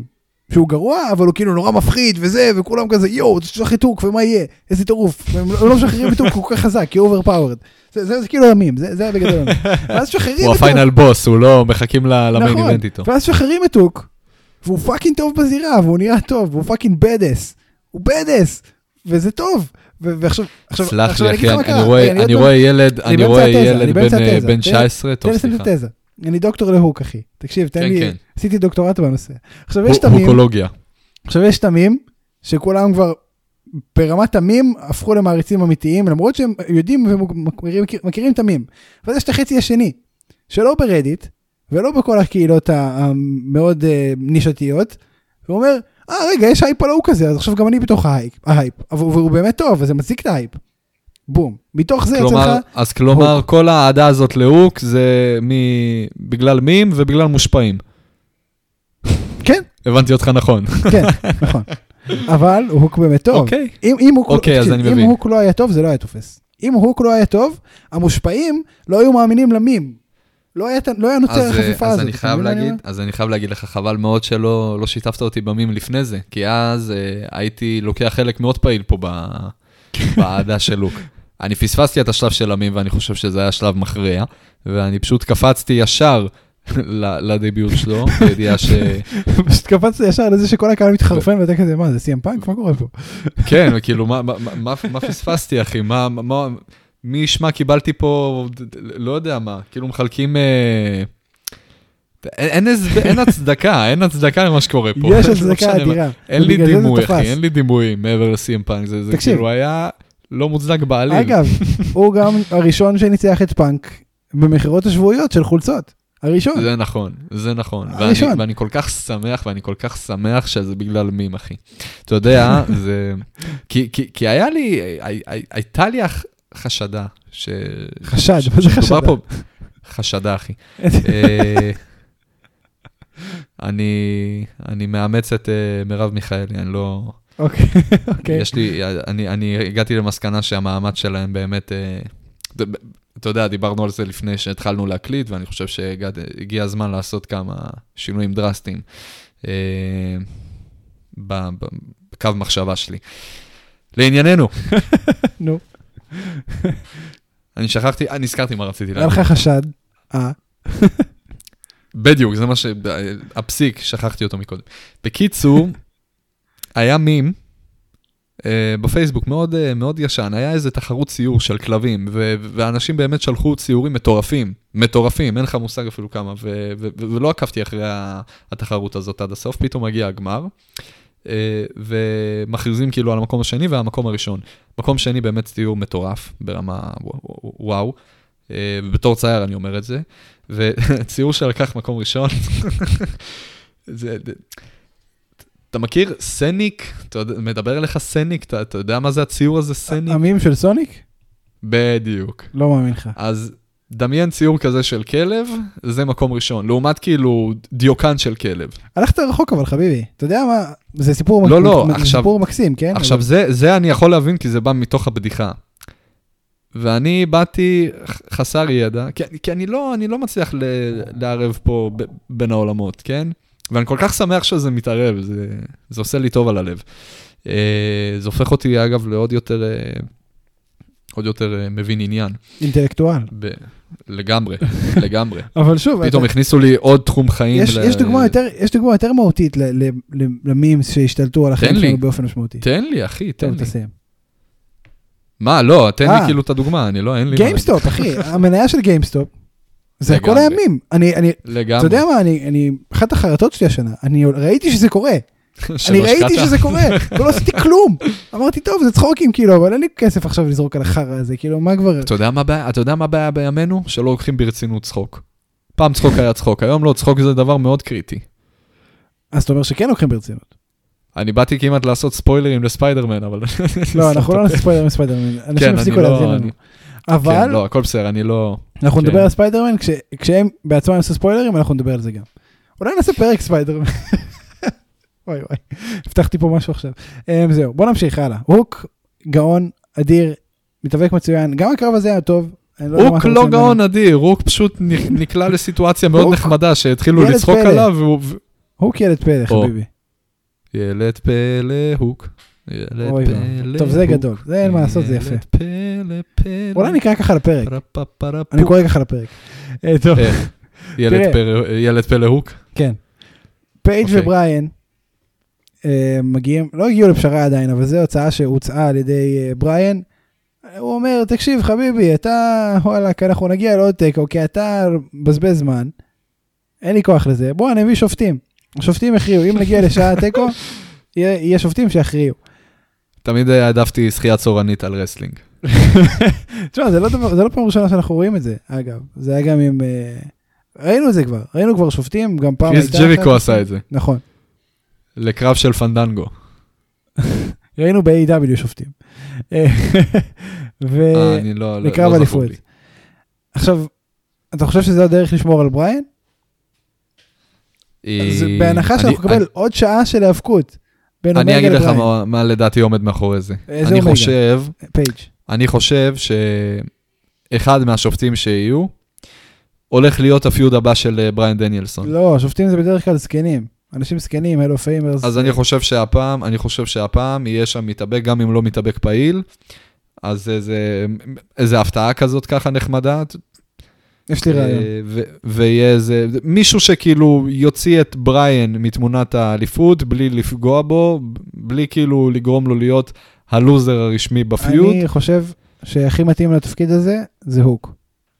שהוא גרוע, אבל הוא כאילו נורא מפחיד וזה, וכולם כזה, יואו, תשלח את הוק, ומה יהיה? איזה טירוף. הם לא משחררים את הוק, הוא כל כך חזק, כי הוא אוברפאוורד. זה כאילו ימים, זה בגדול ימים. ואז שחררים את הוק. הוא הפיינל בוס, הוא לא מחכים למיין איבנט איתו. ואז שחררים את הוק, והוא פאקינג טוב בזירה, והוא נראה טוב, והוא פאקינג בדס. הוא בדס, וזה טוב. ועכשיו, עכשיו, סלח לי, אחי, אני רואה ילד, אני רואה ילד בן תשע עשרה, טוב, סליחה. אני דוקטור להוק, אחי. תקשיב, תן לי, עשיתי דוקטורט בנושא. עכשיו יש תמים, הוקולוגיה. עכשיו יש תמים, שכולם כבר ברמת תמים, הפכו למעריצים אמיתיים, למרות שהם יודעים ומכירים תמים. ואז יש את החצי השני, שלא ברדיט, ולא בכל הקהילות המאוד נישתיות, הוא אומר, אה רגע, יש הייפ על ההוק הזה, אז עכשיו גם אני בתוך ההייפ, והוא באמת טוב, אז זה מציג את ההייפ. בום. מתוך זה יצא לך... אז כלומר, כל העדה הזאת להוק זה בגלל מים ובגלל מושפעים. כן. הבנתי אותך נכון. כן, נכון. אבל הוק באמת טוב. אוקיי. אם אוקיי, אז אני מבין. אם הוק לא היה טוב, זה לא היה תופס. אם הוק לא היה טוב, המושפעים לא היו מאמינים למים. לא היה נוצר החפיפה הזאת. אז אני חייב להגיד לך, חבל מאוד שלא שיתפת אותי במים לפני זה, כי אז הייתי לוקח חלק מאוד פעיל פה בעדה של לוק. אני פספסתי את השלב של המים, ואני חושב שזה היה שלב מכריע, ואני פשוט קפצתי ישר לדיביוט שלו, בידיעה ש... פשוט קפצתי ישר לזה שכל הקהל מתחרפן, ואתה כזה, מה, זה סי אם פאנק? מה קורה פה? כן, כאילו, מה פספסתי, אחי? מי ישמע, קיבלתי פה, לא יודע מה, כאילו מחלקים... אין הצדקה, אין הצדקה למה שקורה פה. יש הצדקה אדירה. אין לי דימוי, אחי, אין לי דימוי מעבר לסי אם פאנק, זה כאילו היה לא מוצדק בעליל. אגב, הוא גם הראשון שניצח את פאנק במחירות השבועיות של חולצות. הראשון. זה נכון, זה נכון. ואני כל כך שמח, ואני כל כך שמח שזה בגלל מים, אחי. אתה יודע, זה... כי היה לי, הייתה לי חשדה. חשד, מה זה חשדה? חשדה, אחי. אני, אני מאמץ את מרב מיכאלי, אני לא... אוקיי, אוקיי. יש לי, אני, אני הגעתי למסקנה שהמאמץ שלהם באמת, אתה יודע, דיברנו על זה לפני שהתחלנו להקליט, ואני חושב שהגיע הזמן לעשות כמה שינויים דרסטיים בקו מחשבה שלי. לענייננו. נו. אני שכחתי, אני הזכרתי מה רציתי להגיד. היה לך חשד. אה. בדיוק, זה מה ש... הפסיק, שכחתי אותו מקודם. בקיצור, היה מים בפייסבוק מאוד, מאוד ישן, היה איזה תחרות ציור של כלבים, ואנשים באמת שלחו ציורים מטורפים, מטורפים, אין לך מושג אפילו כמה, ולא עקבתי אחרי התחרות הזאת עד הסוף, פתאום מגיע הגמר, ומכריזים כאילו על המקום השני והמקום הראשון. מקום שני באמת ציור מטורף, ברמה וואו, ובתור צייר אני אומר את זה, וציור שלקח מקום ראשון, זה... אתה מכיר סניק? מדבר אליך סניק? אתה, אתה יודע מה זה הציור הזה סניק? המים של סוניק? בדיוק. לא מאמין לך. אז דמיין ציור כזה של כלב, זה מקום ראשון. לעומת כאילו דיוקן של כלב. הלכת רחוק אבל חביבי. אתה יודע מה? זה סיפור, לא, מק... לא, זה עכשיו, סיפור מקסים, כן? עכשיו אבל... זה, זה אני יכול להבין כי זה בא מתוך הבדיחה. ואני באתי חסר ידע, כי, כי אני לא, אני לא מצליח ל, לערב פה ב, בין העולמות, כן? ואני כל כך שמח שזה מתערב, זה, זה עושה לי טוב על הלב. זה הופך אותי, אגב, לעוד יותר, עוד יותר מבין עניין. אינטלקטואל. ב, לגמרי, לגמרי. אבל שוב... פתאום אתה... הכניסו לי עוד תחום חיים. יש, ל... יש, דוגמה, יותר, יש דוגמה יותר מהותית ל, ל, ל, למימס שהשתלטו על החיים שלנו באופן משמעותי. תן לי, אחי, תן לי. תסיים. מה, לא, תן לי כאילו את הדוגמה, אני לא, אין לי... גיימסטופ, אחי, המניה של גיימסטופ, זה כל הימים. אני, אני, לגמרי. אתה יודע מה, אני, אני, אחת החרטות שלי השנה, אני ראיתי שזה קורה. אני ראיתי שזה קורה, ולא עשיתי כלום. אמרתי, טוב, זה צחוקים, כאילו, אבל אין לי כסף עכשיו לזרוק על החרא הזה, כאילו, מה כבר... אתה יודע מה בעיה, אתה יודע מה בעיה בימינו? שלא לוקחים ברצינות צחוק. פעם צחוק היה צחוק, היום לא, צחוק זה דבר מאוד קריטי. אז אתה אומר שכן לוקחים ברצינות. אני באתי כמעט לעשות ספוילרים לספיידרמן, אבל... לא, אנחנו לא נעשה ספוילרים לספיידרמן, אנשים הפסיקו להזין לנו. אבל... כן, לא, הכל בסדר, אני לא... אנחנו נדבר על ספיידרמן, כשהם בעצמם נעשו ספוילרים, אנחנו נדבר על זה גם. אולי נעשה פרק ספיידרמן. וואי וואי, הבטחתי פה משהו עכשיו. זהו, בוא נמשיך הלאה. הוק, גאון, אדיר, מתאבק מצוין, גם הקרב הזה היה טוב. הוק לא גאון אדיר, הוק פשוט נקלע לסיטואציה מאוד נחמדה, שהתחילו לצחוק עליו. הוק ילד פלא, חביבי. ילד פלא הוק. ילד אוי, פלא טוב, זה הוק. גדול, זה אין מה לעשות, זה יפה. ילד פלא פלא. אולי נקרא ככה לפרק, פרפפרפוק. אני קורא ככה לפרק. אה, טוב, איך? ילד תראה. פלא- ילד פלא הוק? כן. פייג' אוקיי. ובריין אה, מגיעים, לא הגיעו לפשרה עדיין, אבל זו הוצאה שהוצאה על ידי אה, בריין. הוא אומר, תקשיב חביבי, אתה, וואלה, אנחנו נגיע לעוד תיקו, כי אתה בזבז זמן, אין לי כוח לזה, בוא אני מביא שופטים. השופטים הכריעו, אם נגיע לשעה תיקו, יהיה, יהיה שופטים שיכריעו. תמיד העדפתי שחייה צורנית על רסלינג. תשמע, זה לא דבר, זה לא פעם ראשונה שאנחנו רואים את זה, אגב. זה היה גם עם, אה, ראינו את זה כבר, ראינו כבר שופטים, גם פעם קריס הייתה... ג'ריקו עשה את זה. נכון. לקרב של פנדנגו. ראינו ב-איי דאבליו שופטים. אה, אני לא... לא- לקרב לא אליפות. זכור לי. עכשיו, אתה חושב שזה הדרך לשמור על בריין? אז אה, בהנחה אני- שאנחנו נקבל עוד שעה של האבקות. בין אני אומגה אגיד לך לבריין. מה- מה לדעתי עומד מאחורי זה. איזה אני אומגה? חושב, פייג'. אני חושב שאחד מהשופטים שיהיו, הולך להיות הפיוד הבא של אה, בריין דניאלסון. לא, שופטים זה בדרך כלל זקנים. אנשים זקנים, הלו פיימרס. אז אני חושב שהפעם, אני חושב שהפעם יהיה שם מתאבק, גם אם לא מתאבק פעיל, אז איזה, איזה הפתעה כזאת ככה נחמדה, יש לי רעיון. אה, ו- ויהיה איזה, מישהו שכאילו יוציא את בריין מתמונת האליפות, בלי לפגוע בו, בלי כאילו לגרום לו להיות הלוזר הרשמי בפיוד. אני חושב שהכי מתאים לתפקיד הזה, זה הוק.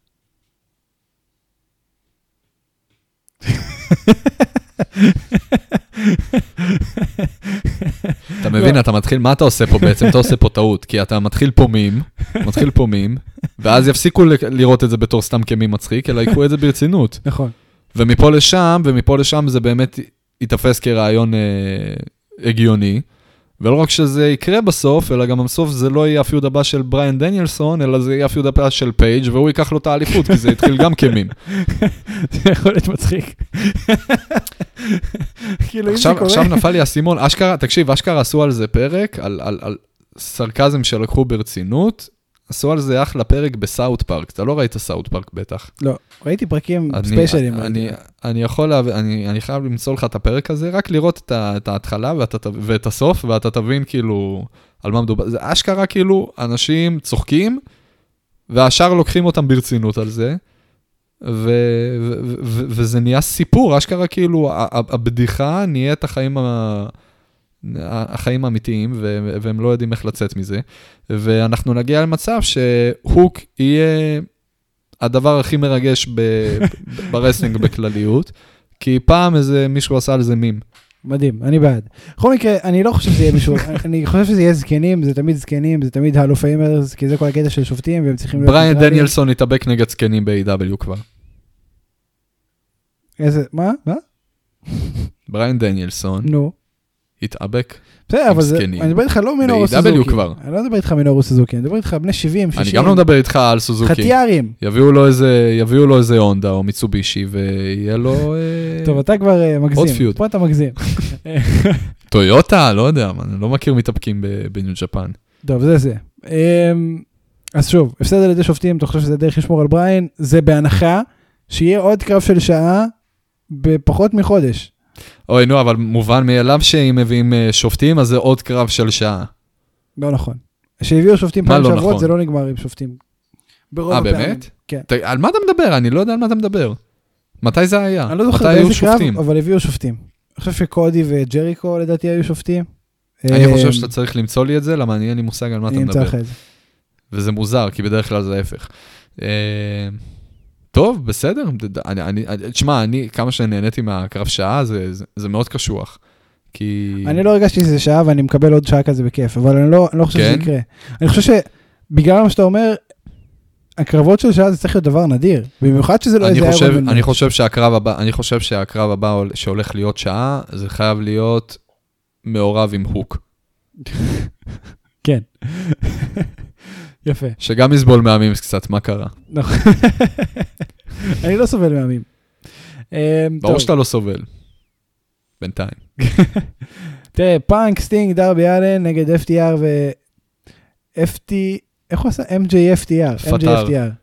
אתה מבין, אתה מתחיל, מה אתה עושה פה בעצם? אתה עושה פה טעות, כי אתה מתחיל פה מים, מתחיל פה מים, ואז יפסיקו ל- לראות את זה בתור סתם כמים מצחיק, אלא יקחו את זה ברצינות. נכון. ומפה לשם, ומפה לשם זה באמת יתפס כרעיון אה, הגיוני, ולא רק שזה יקרה בסוף, אלא גם בסוף זה לא יהיה הפיוד הבא של בריין דניאלסון, אלא זה יהיה הפיוד הבא של פייג' והוא ייקח לו את האליפות, כי זה התחיל גם כמים. זה יכול להיות מצחיק. כאילו, אם זה עכשיו, קורה... עכשיו נפל לי הסימון, אשכרה, תקשיב, אשכרה עשו על זה פרק, על, על, על סרקזם שלקחו ברצינות, עשו על זה אחלה פרק בסאוט פארק, אתה לא ראית סאוט פארק בטח. לא, ראיתי פרקים אני- ספיישלים. אני, אני יכול, להב... אני, אני חייב למצוא לך את הפרק הזה, רק לראות את, ה, את ההתחלה ואתה, ת- ואת הסוף, ואתה תבין כאילו על מה מדובר. זה אשכרה כאילו, אנשים צוחקים, והשאר לוקחים אותם ברצינות על זה, ו, ו, ו, ו, וזה נהיה סיפור, אשכרה כאילו, ה- ה- הבדיחה נהיית החיים ה... החיים האמיתיים, ו- והם לא יודעים איך לצאת מזה, ואנחנו נגיע למצב שהוק יהיה הדבר הכי מרגש ב- ב- ברסלינג בכלליות, כי פעם איזה מישהו עשה על זה מים. מדהים, אני בעד. בכל מקרה, אני לא חושב שזה יהיה מישהו, אני חושב שזה יהיה זקנים, זה תמיד זקנים, זה תמיד הלו פיימרס, כי זה כל הקטע של שופטים, והם צריכים להיות... בריין ניטרלים. דניאלסון התאבק נגד זקנים ב-איי דאבליו כבר. איזה, מה? מה? בריין דניאלסון נו. התאבק. בסדר, אבל זה, זקנים. אני מדבר איתך לא מינורו ב-איי דאבליו סוזוקי. כבר. אני לא מדבר איתך מינורו סוזוקי, אני מדבר איתך בני שבעים, שישים. אני גם לא מדבר איתך על סוזוקי. חטיירים. יביאו לו איזה, יביאו לו איזה הונדה או מיצובישי, ויהיה לו... אה, טוב, אתה כבר אה, עוד מגזים. פיוד. פה אתה מגזים. טויוטה, לא יודע, אני לא מכיר מתאבקים ב- בניו ג'פן. טוב, זה זה. אמ, אז שוב, הפסד על ידי שופטים, אתה חושב שזה דרך לשמור על בריין, זה בהנחה שיהיה עוד קרב של שעה בפחות מחודש. אוי, נו, אבל מובן מאליו שאם מביאים אה, שופטים, אז זה עוד קרב של שעה. לא נכון. שהביאו שופטים מה פעם לא שעברות, נכון? זה לא נגמר עם שופטים. ברוב אה, הפעמים. באמת? כן. ת- על מה אתה מדבר? אני לא יודע על מה אתה מדבר. מתי זה היה? אני לא זוכר מתי היו באיזה קרב, שופטים? אבל הביאו שופטים. אני חושב שקודי וג'ריקו לדעתי היו שופטים. אני אמ, חושב שאתה צריך למצוא לי את זה, למה אני אין לי מושג על מה אתה אני אמצא מדבר. לך את זה. וזה מוזר, כי בדרך כלל זה ההפך. אה, טוב, בסדר. אני, אני, אני- תשמע, אני, כמה שנהניתי מהקרב שעה, זה, זה, זה מאוד קשוח. כי... אני לא הרגשתי שזה שעה ואני מקבל עוד שעה כזה בכיף, אבל אני לא, אני לא חושב כן? שזה יקרה. אני חושב שבגלל מה שאתה אומר, הקרבות של שעה זה צריך להיות דבר נדיר, במיוחד שזה לא אני איזה חושב, איירון מן. אני חושב שהקרב הבא, אני חושב שהקרב הבא שהולך להיות שעה, זה חייב להיות מעורב עם הוק. כן. יפה. שגם יסבול מהמימס קצת, מה קרה? נכון. אני לא סובל מהמים. אמ, ברור טוב. שאתה לא סובל. בינתיים. תראה, פאנק, סטינג, דרבי אלן נגד אף טי אר ו... אף טי... איך הוא עשה? אם ג'יי אף טי אר. אם ג'יי אף טי אר.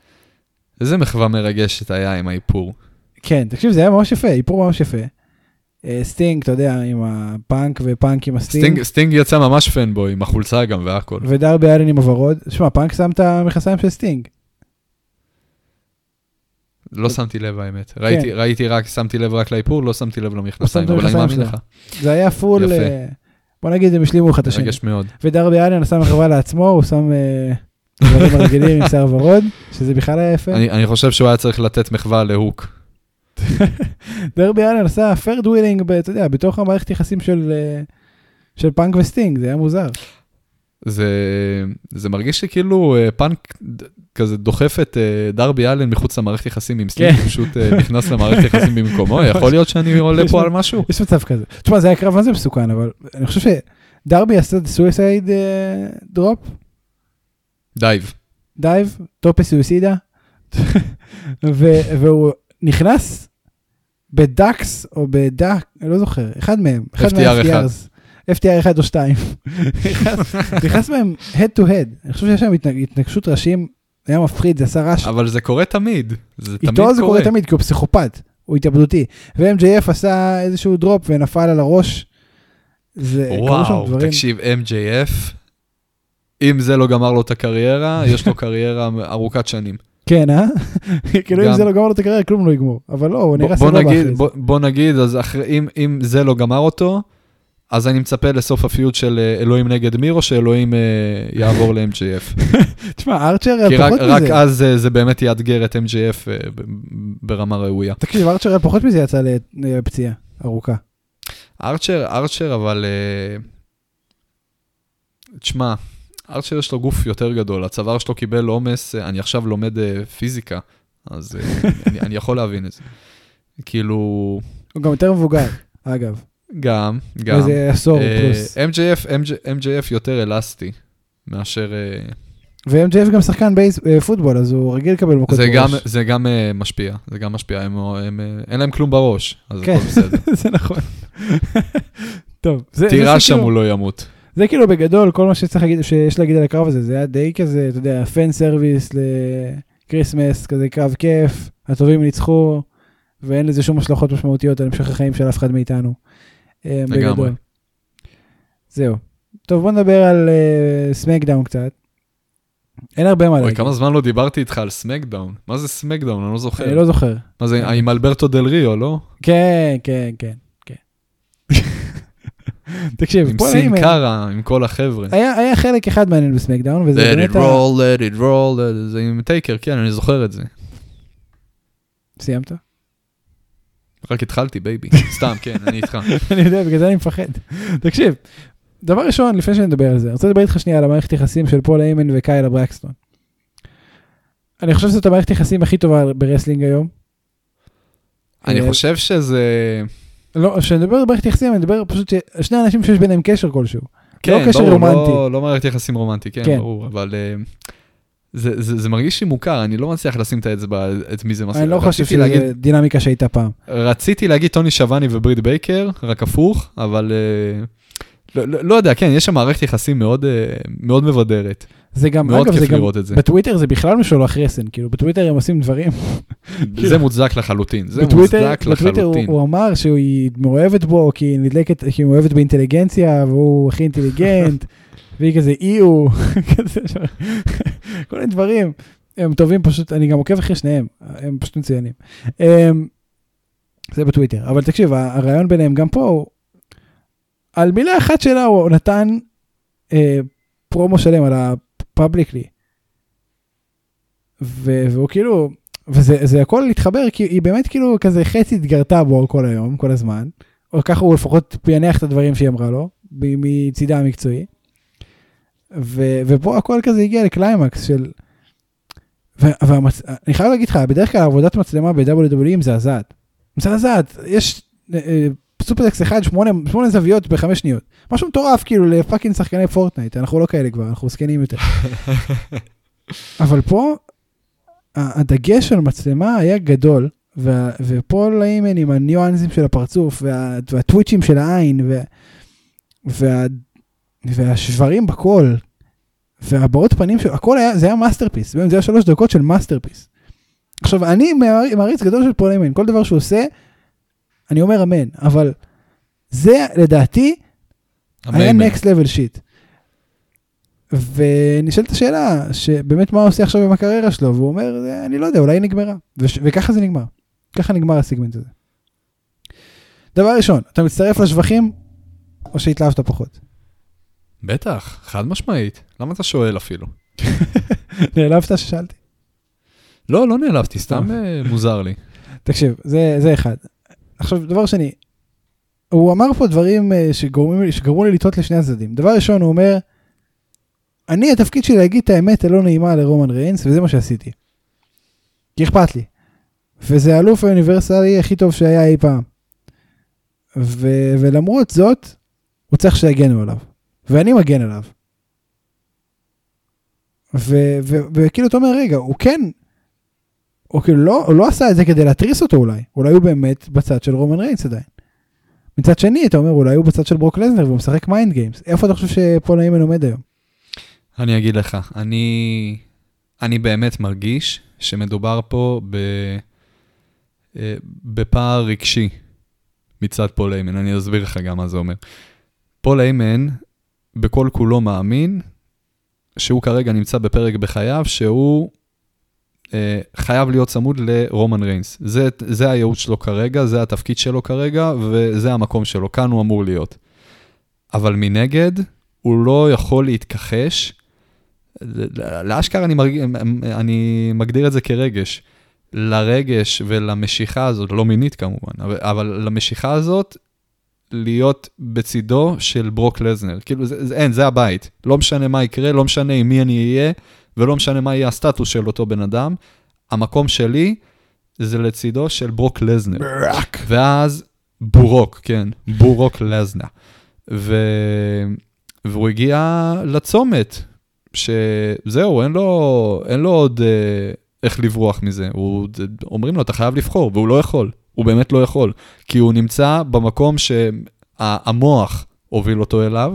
איזה מחווה מרגשת היה עם האיפור. כן, תקשיב, זה היה ממש יפה, איפור ממש יפה. סטינג, אתה יודע, עם הפאנק ופאנק עם הסטינג. סטינג, סטינג יצא ממש פנבוי, עם החולצה גם והכל. ודרבי אלן עם הוורוד. שמע, פאנק שם את המכסיים של סטינג. לא שמתי לב האמת. ראיתי, ראיתי רק, שמתי לב רק לאיפור, לא שמתי לב למכנסיים, אבל אני מאמין לך. זה היה פול, בוא נגיד, הם השלימו אחד את השני. רגש מאוד. ודרבי אלן שם מחווה לעצמו, הוא שם דברים הרגילים עם שיער ורוד, שזה בכלל היה יפה. אני חושב שהוא היה צריך לתת מחווה להוק. דרבי אלן עשה פרד ווילינג, אתה יודע, בתוך המערכת יחסים של של פאנק וסטינג, זה היה מוזר. זה, זה מרגיש שכאילו פאנק כזה דוחף את דרבי אלן מחוץ למערכת יחסים עם סטינג, פשוט נכנס למערכת יחסים במקומו, יכול להיות שאני עולה פה על משהו? יש מצב כזה. תשמע, זה היה קרב מה זה מסוכן, אבל אני חושב שדרבי עשה סויסייד דרופ. דייב. דייב, טופ סויסידה, והוא נכנס בדאקס או בדאק, אני לא זוכר, אחד מהם, אחד מה-אף טי ארס. אף טי אר אחד או שתיים. נכנס מהם head to head. אני חושב שיש שם התנגשות ראשים, היה מפחיד, זה עשה רעש. אבל זה קורה תמיד. זה תמיד איתו זה קורה תמיד, כי הוא פסיכופת, הוא התאבדותי. ו-אם ג'יי אף עשה איזשהו דרופ ונפל על הראש. וואו, תקשיב, אם ג'יי אף, אם זה לא גמר לו את הקריירה, יש לו קריירה ארוכת שנים. כן, אה? כאילו אם זה לא גמר לו את הקריירה, כלום לא יגמור. אבל לא, הוא נראה סבבה אחרי זה. בוא נגיד, אז אם זה לא גמר אותו, אז אני מצפה לסוף הפיוט של אלוהים נגד מיר, או שאלוהים יעבור ל-אם ג'יי אף. תשמע, ארצ'ר היה פחות מזה. כי רק אז זה באמת יאתגר את אם ג'יי אף ברמה ראויה. תקשיב, ארצ'ר היה פחות מזה יצא לפציעה ארוכה. ארצ'ר, ארצ'ר, אבל... תשמע, ארצ'ר יש לו גוף יותר גדול, הצוואר שלו קיבל עומס, אני עכשיו לומד פיזיקה, אז אני יכול להבין את זה. כאילו... הוא גם יותר מבוגר, אגב. גם, גם. איזה עשור פלוס. אם ג'יי אף יותר אלסטי, מאשר... ו-אם ג'יי אף גם שחקן פוטבול, אז הוא רגיל לקבל מכות בראש. זה גם משפיע, זה גם משפיע, אין להם כלום בראש, אז הכל בסדר. זה נכון. טוב. תירה שם הוא לא ימות. זה כאילו בגדול, כל מה שצריך להגיד, שיש להגיד על הקרב הזה, זה היה די כזה, אתה יודע, פן סרוויס לקריסמס, כזה קרב כיף, הטובים ניצחו, ואין לזה שום השלכות משמעותיות על המשך החיים של אף אחד מאיתנו. בגדול. זהו. טוב, בוא נדבר על סמקדאון קצת. אין הרבה מה להגיד. אוי, כמה זמן לא דיברתי איתך על סמקדאון? מה זה סמקדאון? אני לא זוכר. אני לא זוכר. מה זה, עם אלברטו דל ריו, לא? כן, כן, כן, כן. תקשיב, עם סין קארה, עם כל החבר'ה. היה חלק אחד מעניין בסמקדאון, וזה באמת... Let it roll, let it roll, זה עם טייקר, כן, אני זוכר את זה. סיימת? רק התחלתי, בייבי. סתם, כן, אני איתך. אני יודע, בגלל זה אני מפחד. תקשיב, דבר ראשון, לפני שאני מדבר על זה, אני רוצה לדבר איתך שנייה על המערכת יחסים של פול היימן וקיילה ברקסטון. אני חושב שזאת המערכת יחסים הכי טובה ברסלינג היום. אני חושב שזה... לא, כשאני מדבר על מערכת יחסים, אני מדבר פשוט שני אנשים שיש ביניהם קשר כלשהו. כן, ברור, לא מערכת יחסים רומנטי, כן, ברור, אבל... זה, זה, זה מרגיש לי מוכר, אני לא מצליח לשים את האצבע, את מי זה מסוים. אני לא חושב שזה להגיד, דינמיקה שהייתה פעם. רציתי להגיד טוני שבני וברית בייקר, רק הפוך, אבל לא, לא, לא יודע, כן, יש שם מערכת יחסים מאוד, מאוד מבדרת. זה גם, מאוד אגב, כיף זה לראות גם, את זה. בטוויטר זה בכלל משולח רסן, כאילו, בטוויטר הם עושים דברים. זה מוצדק לחלוטין, זה בטוויטר, מוצדק בטוויטר לחלוטין. הוא, הוא אמר שהיא מאוהבת בו, כי היא נדלקת, כי היא מאוהבת באינטליגנציה, והוא הכי אינטליגנט. והיא כזה איו, כל מיני דברים, הם טובים פשוט, אני גם עוקב אחרי שניהם, הם פשוט מצוינים. זה בטוויטר, אבל תקשיב, הרעיון ביניהם גם פה, על מילה אחת שלה הוא נתן פרומו שלם על הפאבליקלי, והוא כאילו, וזה הכל להתחבר, כי היא באמת כאילו כזה חצי התגרתה בו כל היום, כל הזמן, או ככה הוא לפחות פיינח את הדברים שהיא אמרה לו, מצידה המקצועי, ו- ופה הכל כזה הגיע לקליימקס של, ואני חייב להגיד לך, בדרך כלל עבודת מצלמה ב-דאבליו דאבליו אי מזעזעת, מזעזעת, יש סופרטקס אחד, שמונה, שמונה זוויות בחמש שניות, משהו מטורף כאילו לפאקינג שחקני פורטנייט, אנחנו לא כאלה כבר, אנחנו סקנים יותר, אבל פה, הדגש על מצלמה היה גדול, ו- ופה לאימן עם הניואנסים של הפרצוף, וה- והטוויצ'ים של העין, וה... וה- והשברים בכל, והבעות פנים, הכל היה, זה היה מאסטרפיס, זה היה שלוש דקות של מאסטרפיס. עכשיו, אני מעריץ גדול של פול היימן, כל דבר שהוא עושה, אני אומר אמן, אבל זה לדעתי היה next level shit. ונשאלת השאלה, שבאמת מה הוא עושה עכשיו עם הקריירה שלו, והוא אומר, אני לא יודע, אולי היא נגמרה. וככה זה נגמר. ככה נגמר הסיגמנט הזה. דבר ראשון, אתה מצטרף לשבחים, או שהתלהבת פחות? בטח, חד משמעית. למה אתה שואל אפילו? נעלבת ששאלתי? לא, לא נעלבתי, סתם מוזר לי. תקשיב, זה, זה אחד. עכשיו, דבר שני, הוא אמר פה דברים שגורמים, שגרמו לי לטעות לשני הצדדים. דבר ראשון, הוא אומר, אני, התפקיד שלי להגיד את האמת הלא נעימה לרומן ריינס, וזה מה שעשיתי. כי אכפת לי. וזה אלוף האוניברסלי הכי טוב שהיה אי פעם. ו- ולמרות זאת, הוא צריך שיגנו עליו. ואני מגן עליו. ו- ו- וכאילו אתה אומר, רגע, הוא כן, הוא כאילו לא, הוא לא עשה את זה כדי להטריס אותו אולי. אולי הוא באמת בצד של רומן ריינס עדיין. מצד שני, אתה אומר, אולי הוא בצד של ברוק לזנר, והוא משחק מיינד גיימס. איפה אתה חושב שפול היימן עומד היום? אני אגיד לך, אני, אני באמת מרגיש שמדובר פה ב, בפער רגשי מצד פול היימן. אני אסביר לך גם מה זה אומר. פול היימן בכל כולו מאמין שהוא כרגע נמצא בפרק בחייו שהוא אה, חייב להיות צמוד לרומן ריינס. זה, זה הייעוד שלו כרגע, זה התפקיד שלו כרגע, וזה המקום שלו. כאן הוא אמור להיות. אבל מנגד, הוא לא יכול להתכחש. לאשכרה אני, מרג... אני מגדיר את זה כרגש. לרגש ולמשיכה הזאת, לא מינית כמובן, אבל, אבל למשיכה הזאת, להיות בצידו של ברוק לזנר. כאילו, זה, זה, אין, זה הבית. לא משנה מה יקרה, לא משנה עם מי אני אהיה, ולא משנה מה יהיה הסטטוס של אותו בן אדם. המקום שלי זה לצידו של ברוק לזנר. ברק. ואז בורוק, כן, בורוק לזנר. ו... והוא הגיע לצומת, שזהו, אין לו, אין לו עוד אה, איך לברוח מזה. הוא, אומרים לו, אתה חייב לבחור, והוא לא יכול. הוא באמת לא יכול, כי הוא נמצא במקום שהמוח הוביל אותו אליו,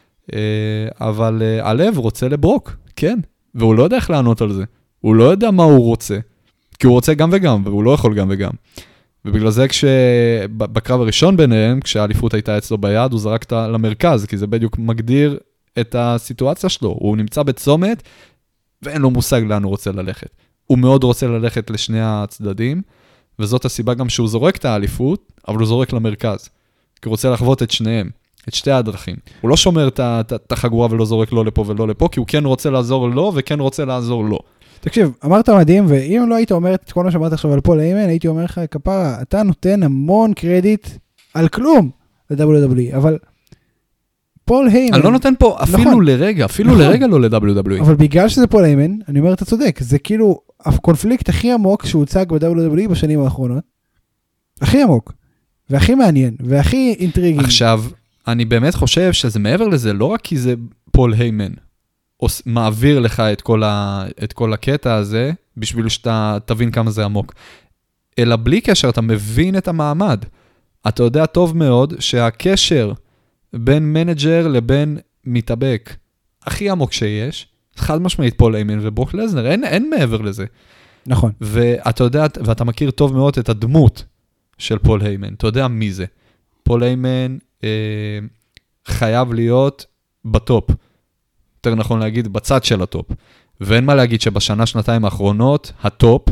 אבל הלב רוצה לברוק, כן, והוא לא יודע איך לענות על זה. הוא לא יודע מה הוא רוצה, כי הוא רוצה גם וגם, והוא לא יכול גם וגם. ובגלל זה כשבקרב הראשון ביניהם, כשהאליפות הייתה אצלו ביד, הוא זרק למרכז, כי זה בדיוק מגדיר את הסיטואציה שלו. הוא נמצא בצומת, ואין לו מושג לאן הוא רוצה ללכת. הוא מאוד רוצה ללכת לשני הצדדים, וזאת הסיבה גם שהוא זורק את האליפות, אבל הוא זורק למרכז. כי הוא רוצה לחוות את שניהם, את שתי הדרכים. הוא לא שומר את החגורה ולא זורק לא לפה ולא לפה, כי הוא כן רוצה לעזור לו וכן רוצה לעזור לו. תקשיב, אמרת מדהים, ואם לא היית אומר את כל מה שאמרת עכשיו על פול היימן, הייתי אומר לך, כפרה, אתה נותן המון קרדיט על כלום ל-דאבליו דאבליו אי, אבל פול היימן... אני לא נותן פה אפילו לרגע, אפילו לרגע לא ל-דאבליו דאבליו אי. אבל בגלל שזה פול היימן, אני אומר, אתה צודק, זה כאילו הקונפליקט הכי עמוק שהוצג ב-דאבליו דאבליו אי בשנים האחרונות, הכי עמוק, והכי מעניין, והכי אינטריגי. עכשיו, אני באמת חושב שזה מעבר לזה, לא רק כי זה פול היימן, מעביר לך את כל, ה, את כל הקטע הזה, בשביל שאתה תבין כמה זה עמוק. אלא בלי קשר, אתה מבין את המעמד. אתה יודע טוב מאוד שהקשר בין מנג'ר לבין מתאבק, הכי עמוק שיש, חד משמעית פול היימן וברוק לזנר, אין, אין מעבר לזה. נכון. ואתה יודע, ואתה מכיר טוב מאוד את הדמות של פול היימן, אתה יודע מי זה. פול היימן אה, חייב להיות בטופ. יותר נכון להגיד, בצד של הטופ. ואין מה להגיד שבשנה, שנתיים האחרונות, הטופ,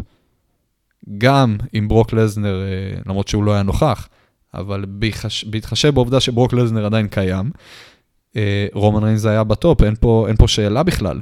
גם עם ברוק לזנר, למרות שהוא לא היה נוכח, אבל בהתחשב בעובדה שברוק לזנר עדיין קיים, רומן ריינס היה בטופ, אין פה, אין פה שאלה בכלל.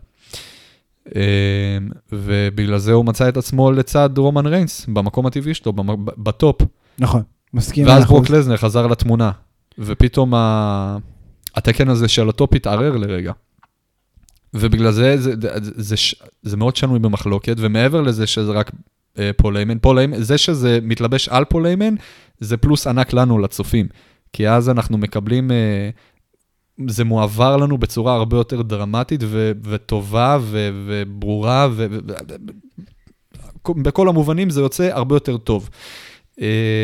ובגלל זה הוא מצא את עצמו לצד רומן ריינס, במקום הטבעי שלו, בטופ. נכון, מסכים. ואז ברוק לזנר חזר לתמונה, ופתאום התקן הזה של הטופ התערער לרגע. ובגלל זה, זה, זה, זה, זה מאוד שנוי במחלוקת, ומעבר לזה שזה רק אה, פול היימן, פול היימן, זה שזה מתלבש על פול היימן, זה פלוס ענק לנו לצופים, כי אז אנחנו מקבלים, אה, זה מועבר לנו בצורה הרבה יותר דרמטית, ו, וטובה, ו, וברורה, ו, ו, ו, בכל המובנים זה יוצא הרבה יותר טוב. אה,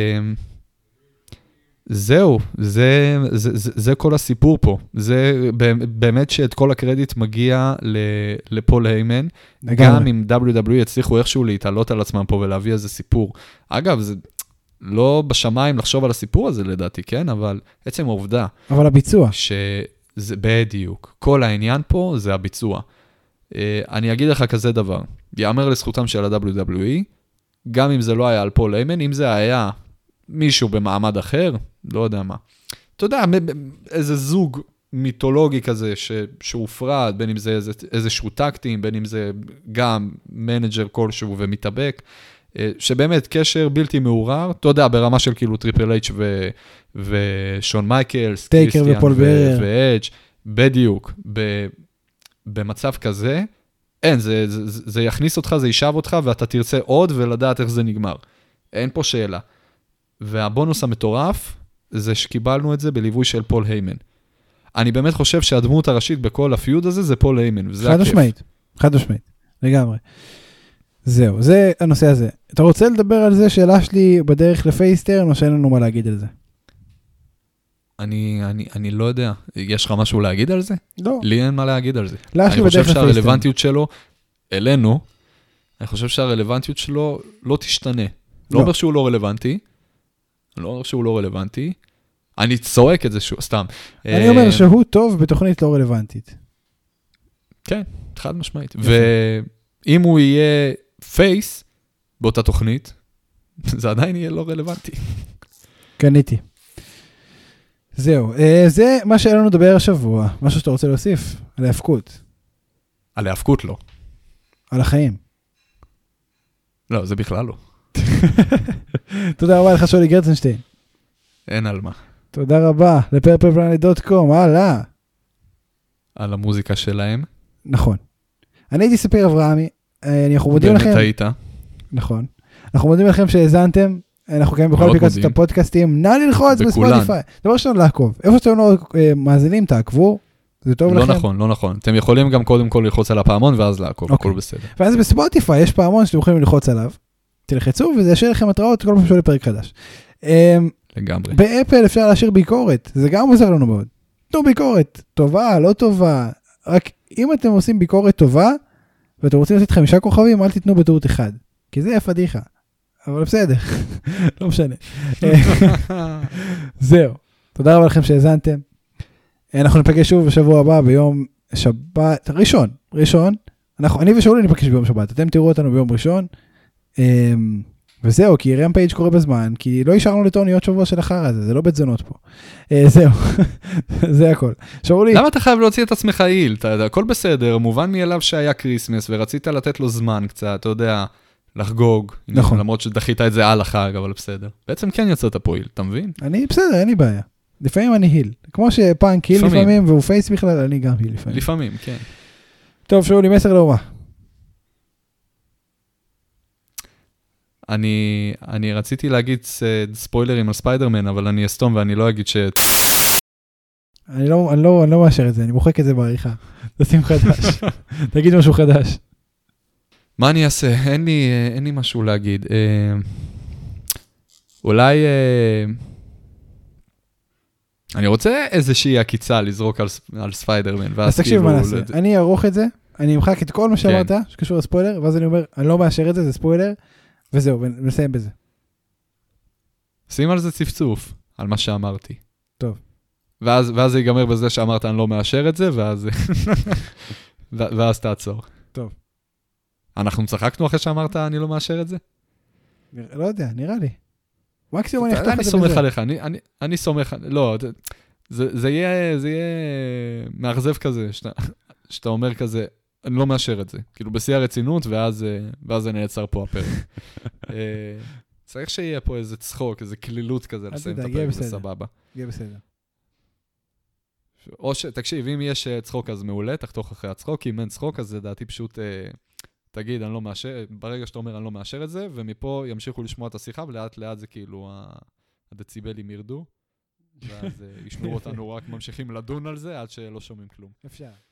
זהו, זה, זה, זה, זה כל הסיפור פה. זה באמת שאת כל הקרדיט מגיע לפול היימן, גם אם דאבליו דאבליו אי הצליחו איכשהו להתעלות על עצמם פה ולהביא איזה סיפור. אגב, זה, לא בשמיים לחשוב על הסיפור הזה לדעתי, כן? אבל עצם העובדה. אבל הביצוע. שזה בדיוק. כל העניין פה זה הביצוע. אני אגיד לך כזה דבר. יאמר לזכותם של ה-דאבליו דאבליו אי, גם אם זה לא היה על פול היימן, אם זה היה מישהו במעמד אחר, לא יודע מה. אתה יודע, איזה זוג מיתולוגי כזה שהופרד, בין אם זה איזה, איזשהו טקטים, בין אם זה גם מנג'ר כלשהו ומתאבק, שבאמת קשר בלתי מעורר, אתה יודע, ברמה של כאילו טריפל אייץ' ו, ושון מייקלס, טייקר ופול ברר. ואדג', בדיוק, ב, במצב כזה, אין, זה, זה, זה יכניס אותך, זה יישב אותך, ואתה תרצה עוד ולדעת איך זה נגמר. אין פה שאלה. והבונוס המטורף, זה שקיבלנו את זה בליווי של פול היימן. אני באמת חושב שהדמות הראשית בכל הפיוד הזה, זה פול היימן, וזה חד משמעית, חד משמעית, לגמרי. זהו, זה הנושא הזה. אתה רוצה לדבר על זה, שאלה שלי בדרך לפייסטרן, או שאין לנו מה להגיד על זה? אני, אני, אני לא יודע. יש לך משהו להגיד על זה? לא. לי אין מה להגיד על זה. אני חושב שהרלוונטיות שלו, אלינו, אני חושב שהרלוונטיות שלו לא תשתנה. לא אומר שהוא לא רלוונטי, לא אומר שהוא לא רלוונטי, אני צועק את זה שהוא, סתם. אני אומר שהוא טוב בתוכנית לא רלוונטית. כן, חד משמעית. ואם הוא יהיה פייס באותה תוכנית, זה עדיין יהיה לא רלוונטי. קניתי. זהו, זה מה שהיה לנו לדבר השבוע. משהו שאתה רוצה להוסיף? על ההפקות. על ההפקות לא. על החיים. לא, זה בכלל לא. תודה רבה לך שולי גרצנשטיין. אין על מה. תודה רבה לפרפל פלנט דוט קום, הלאה. על המוזיקה שלהם. נכון. אני הייתי ספיר אברהמי, אנחנו מודים לכם. באמת היית. נכון. אנחנו מודים לכם שהזנתם, אנחנו קיימים בכל אפליקציות הפודקאסטים, נא ללחוץ בספוטיפיי. דבר שלנו לעקוב. איפה שאתם לא מאזינים, תעקבו, זה טוב לכם. לא נכון, לא נכון. אתם יכולים גם קודם כל ללחוץ על הפעמון, ואז לעקוב, הכל בסדר. ואז בספוטיפיי יש פעמון שאתם יכולים ללחוץ עליו, תלחצו וזה ישאיר לכם התראות כל פעם שעולה פרק חדש. לגמרי. באפל אפשר להשאיר ביקורת, זה גם עוזר לנו מאוד. תנו ביקורת, טובה, לא טובה, רק אם אתם עושים ביקורת טובה, ואתם רוצים לתת חמישה כוכבים, אל תיתנו בטעות אחד, כי זה הפדיחה, אבל בסדר, לא משנה. זהו, תודה רבה לכם שהזנתם, אנחנו נפגש שוב בשבוע הבא, ביום שבת, ראשון, ראשון, אנחנו, אני ושאולי נפגש ביום שבת, אתם תראו אותנו ביום ראשון, וזהו, כי רמפייג' קורה בזמן, כי לא השארנו לטוני עוד שבוע של אחר הזה, זה לא בית זונות פה. זהו, זה הכל. שאולי... למה אתה חייב להוציא את עצמך איל? הכל בסדר, מובן מאליו שהיה קריסמס, ורצית לתת לו זמן קצת, אתה יודע, לחגוג. נכון. למרות שדחית את זה על החג, אבל בסדר. בעצם כן יצאת פה איל, אתה מבין? אני בסדר, אין לי בעיה. לפעמים אני היל. כמו שפאנק היל לפעמים, והוא פייס בכלל, אני גם היל לפעמים. לפעמים, כן. טוב, שאולי, מסר לאומה. אני, אני רציתי להגיד ספוילרים על ספיידרמן, אבל אני אסתום ואני לא אגיד ש... אני לא, אני לא, אני לא מאשר את זה, אני מוחק את זה בעריכה. תשים חדש. תגיד משהו חדש. מה אני אעשה? אין לי, אין לי משהו להגיד. אה, אולי... אה, אני רוצה איזושהי עקיצה לזרוק על, על ספיידרמן. אז תקשיב מה נעשה. לד... אני אערוך את זה, אני אמחק את כל מה שאמרת, כן. שקשור לספוילר, ואז אני אומר, אני לא מאשר את זה, זה ספוילר. וזהו, ונסיים בזה. שים על זה צפצוף, על מה שאמרתי. טוב. ואז, ואז זה ייגמר בזה שאמרת, אני לא מאשר את זה, ואז, ואז תעצור. טוב. אנחנו צחקנו אחרי שאמרת, אני לא מאשר את זה? לא יודע, נראה לי. מקסימום אני אחתוך את זה בזה. אני סומך עליך, אני, אני, אני סומך, לא, זה, זה יהיה, זה יהיה מאכזב כזה, שאתה, שאתה אומר כזה, אני לא מאשר את זה. כאילו, בשיא הרצינות, ואז, ואז זה נעצר פה הפרק. צריך שיהיה פה איזה צחוק, איזה כלילות כזה, לסיים את הפרק בסבבה. יהיה בסדר. או ש... תקשיב, אם יש צחוק אז מעולה, תחתוך אחרי הצחוק, אם אין צחוק, אז לדעתי פשוט תגיד, אני לא מאשר, ברגע שאתה אומר, אני לא מאשר את זה, ומפה ימשיכו לשמוע את השיחה, ולאט לאט זה כאילו, הדציבלים ירדו, ואז ישמעו אותנו רק ממשיכים לדון על זה, עד שלא שומעים כלום. אפשר.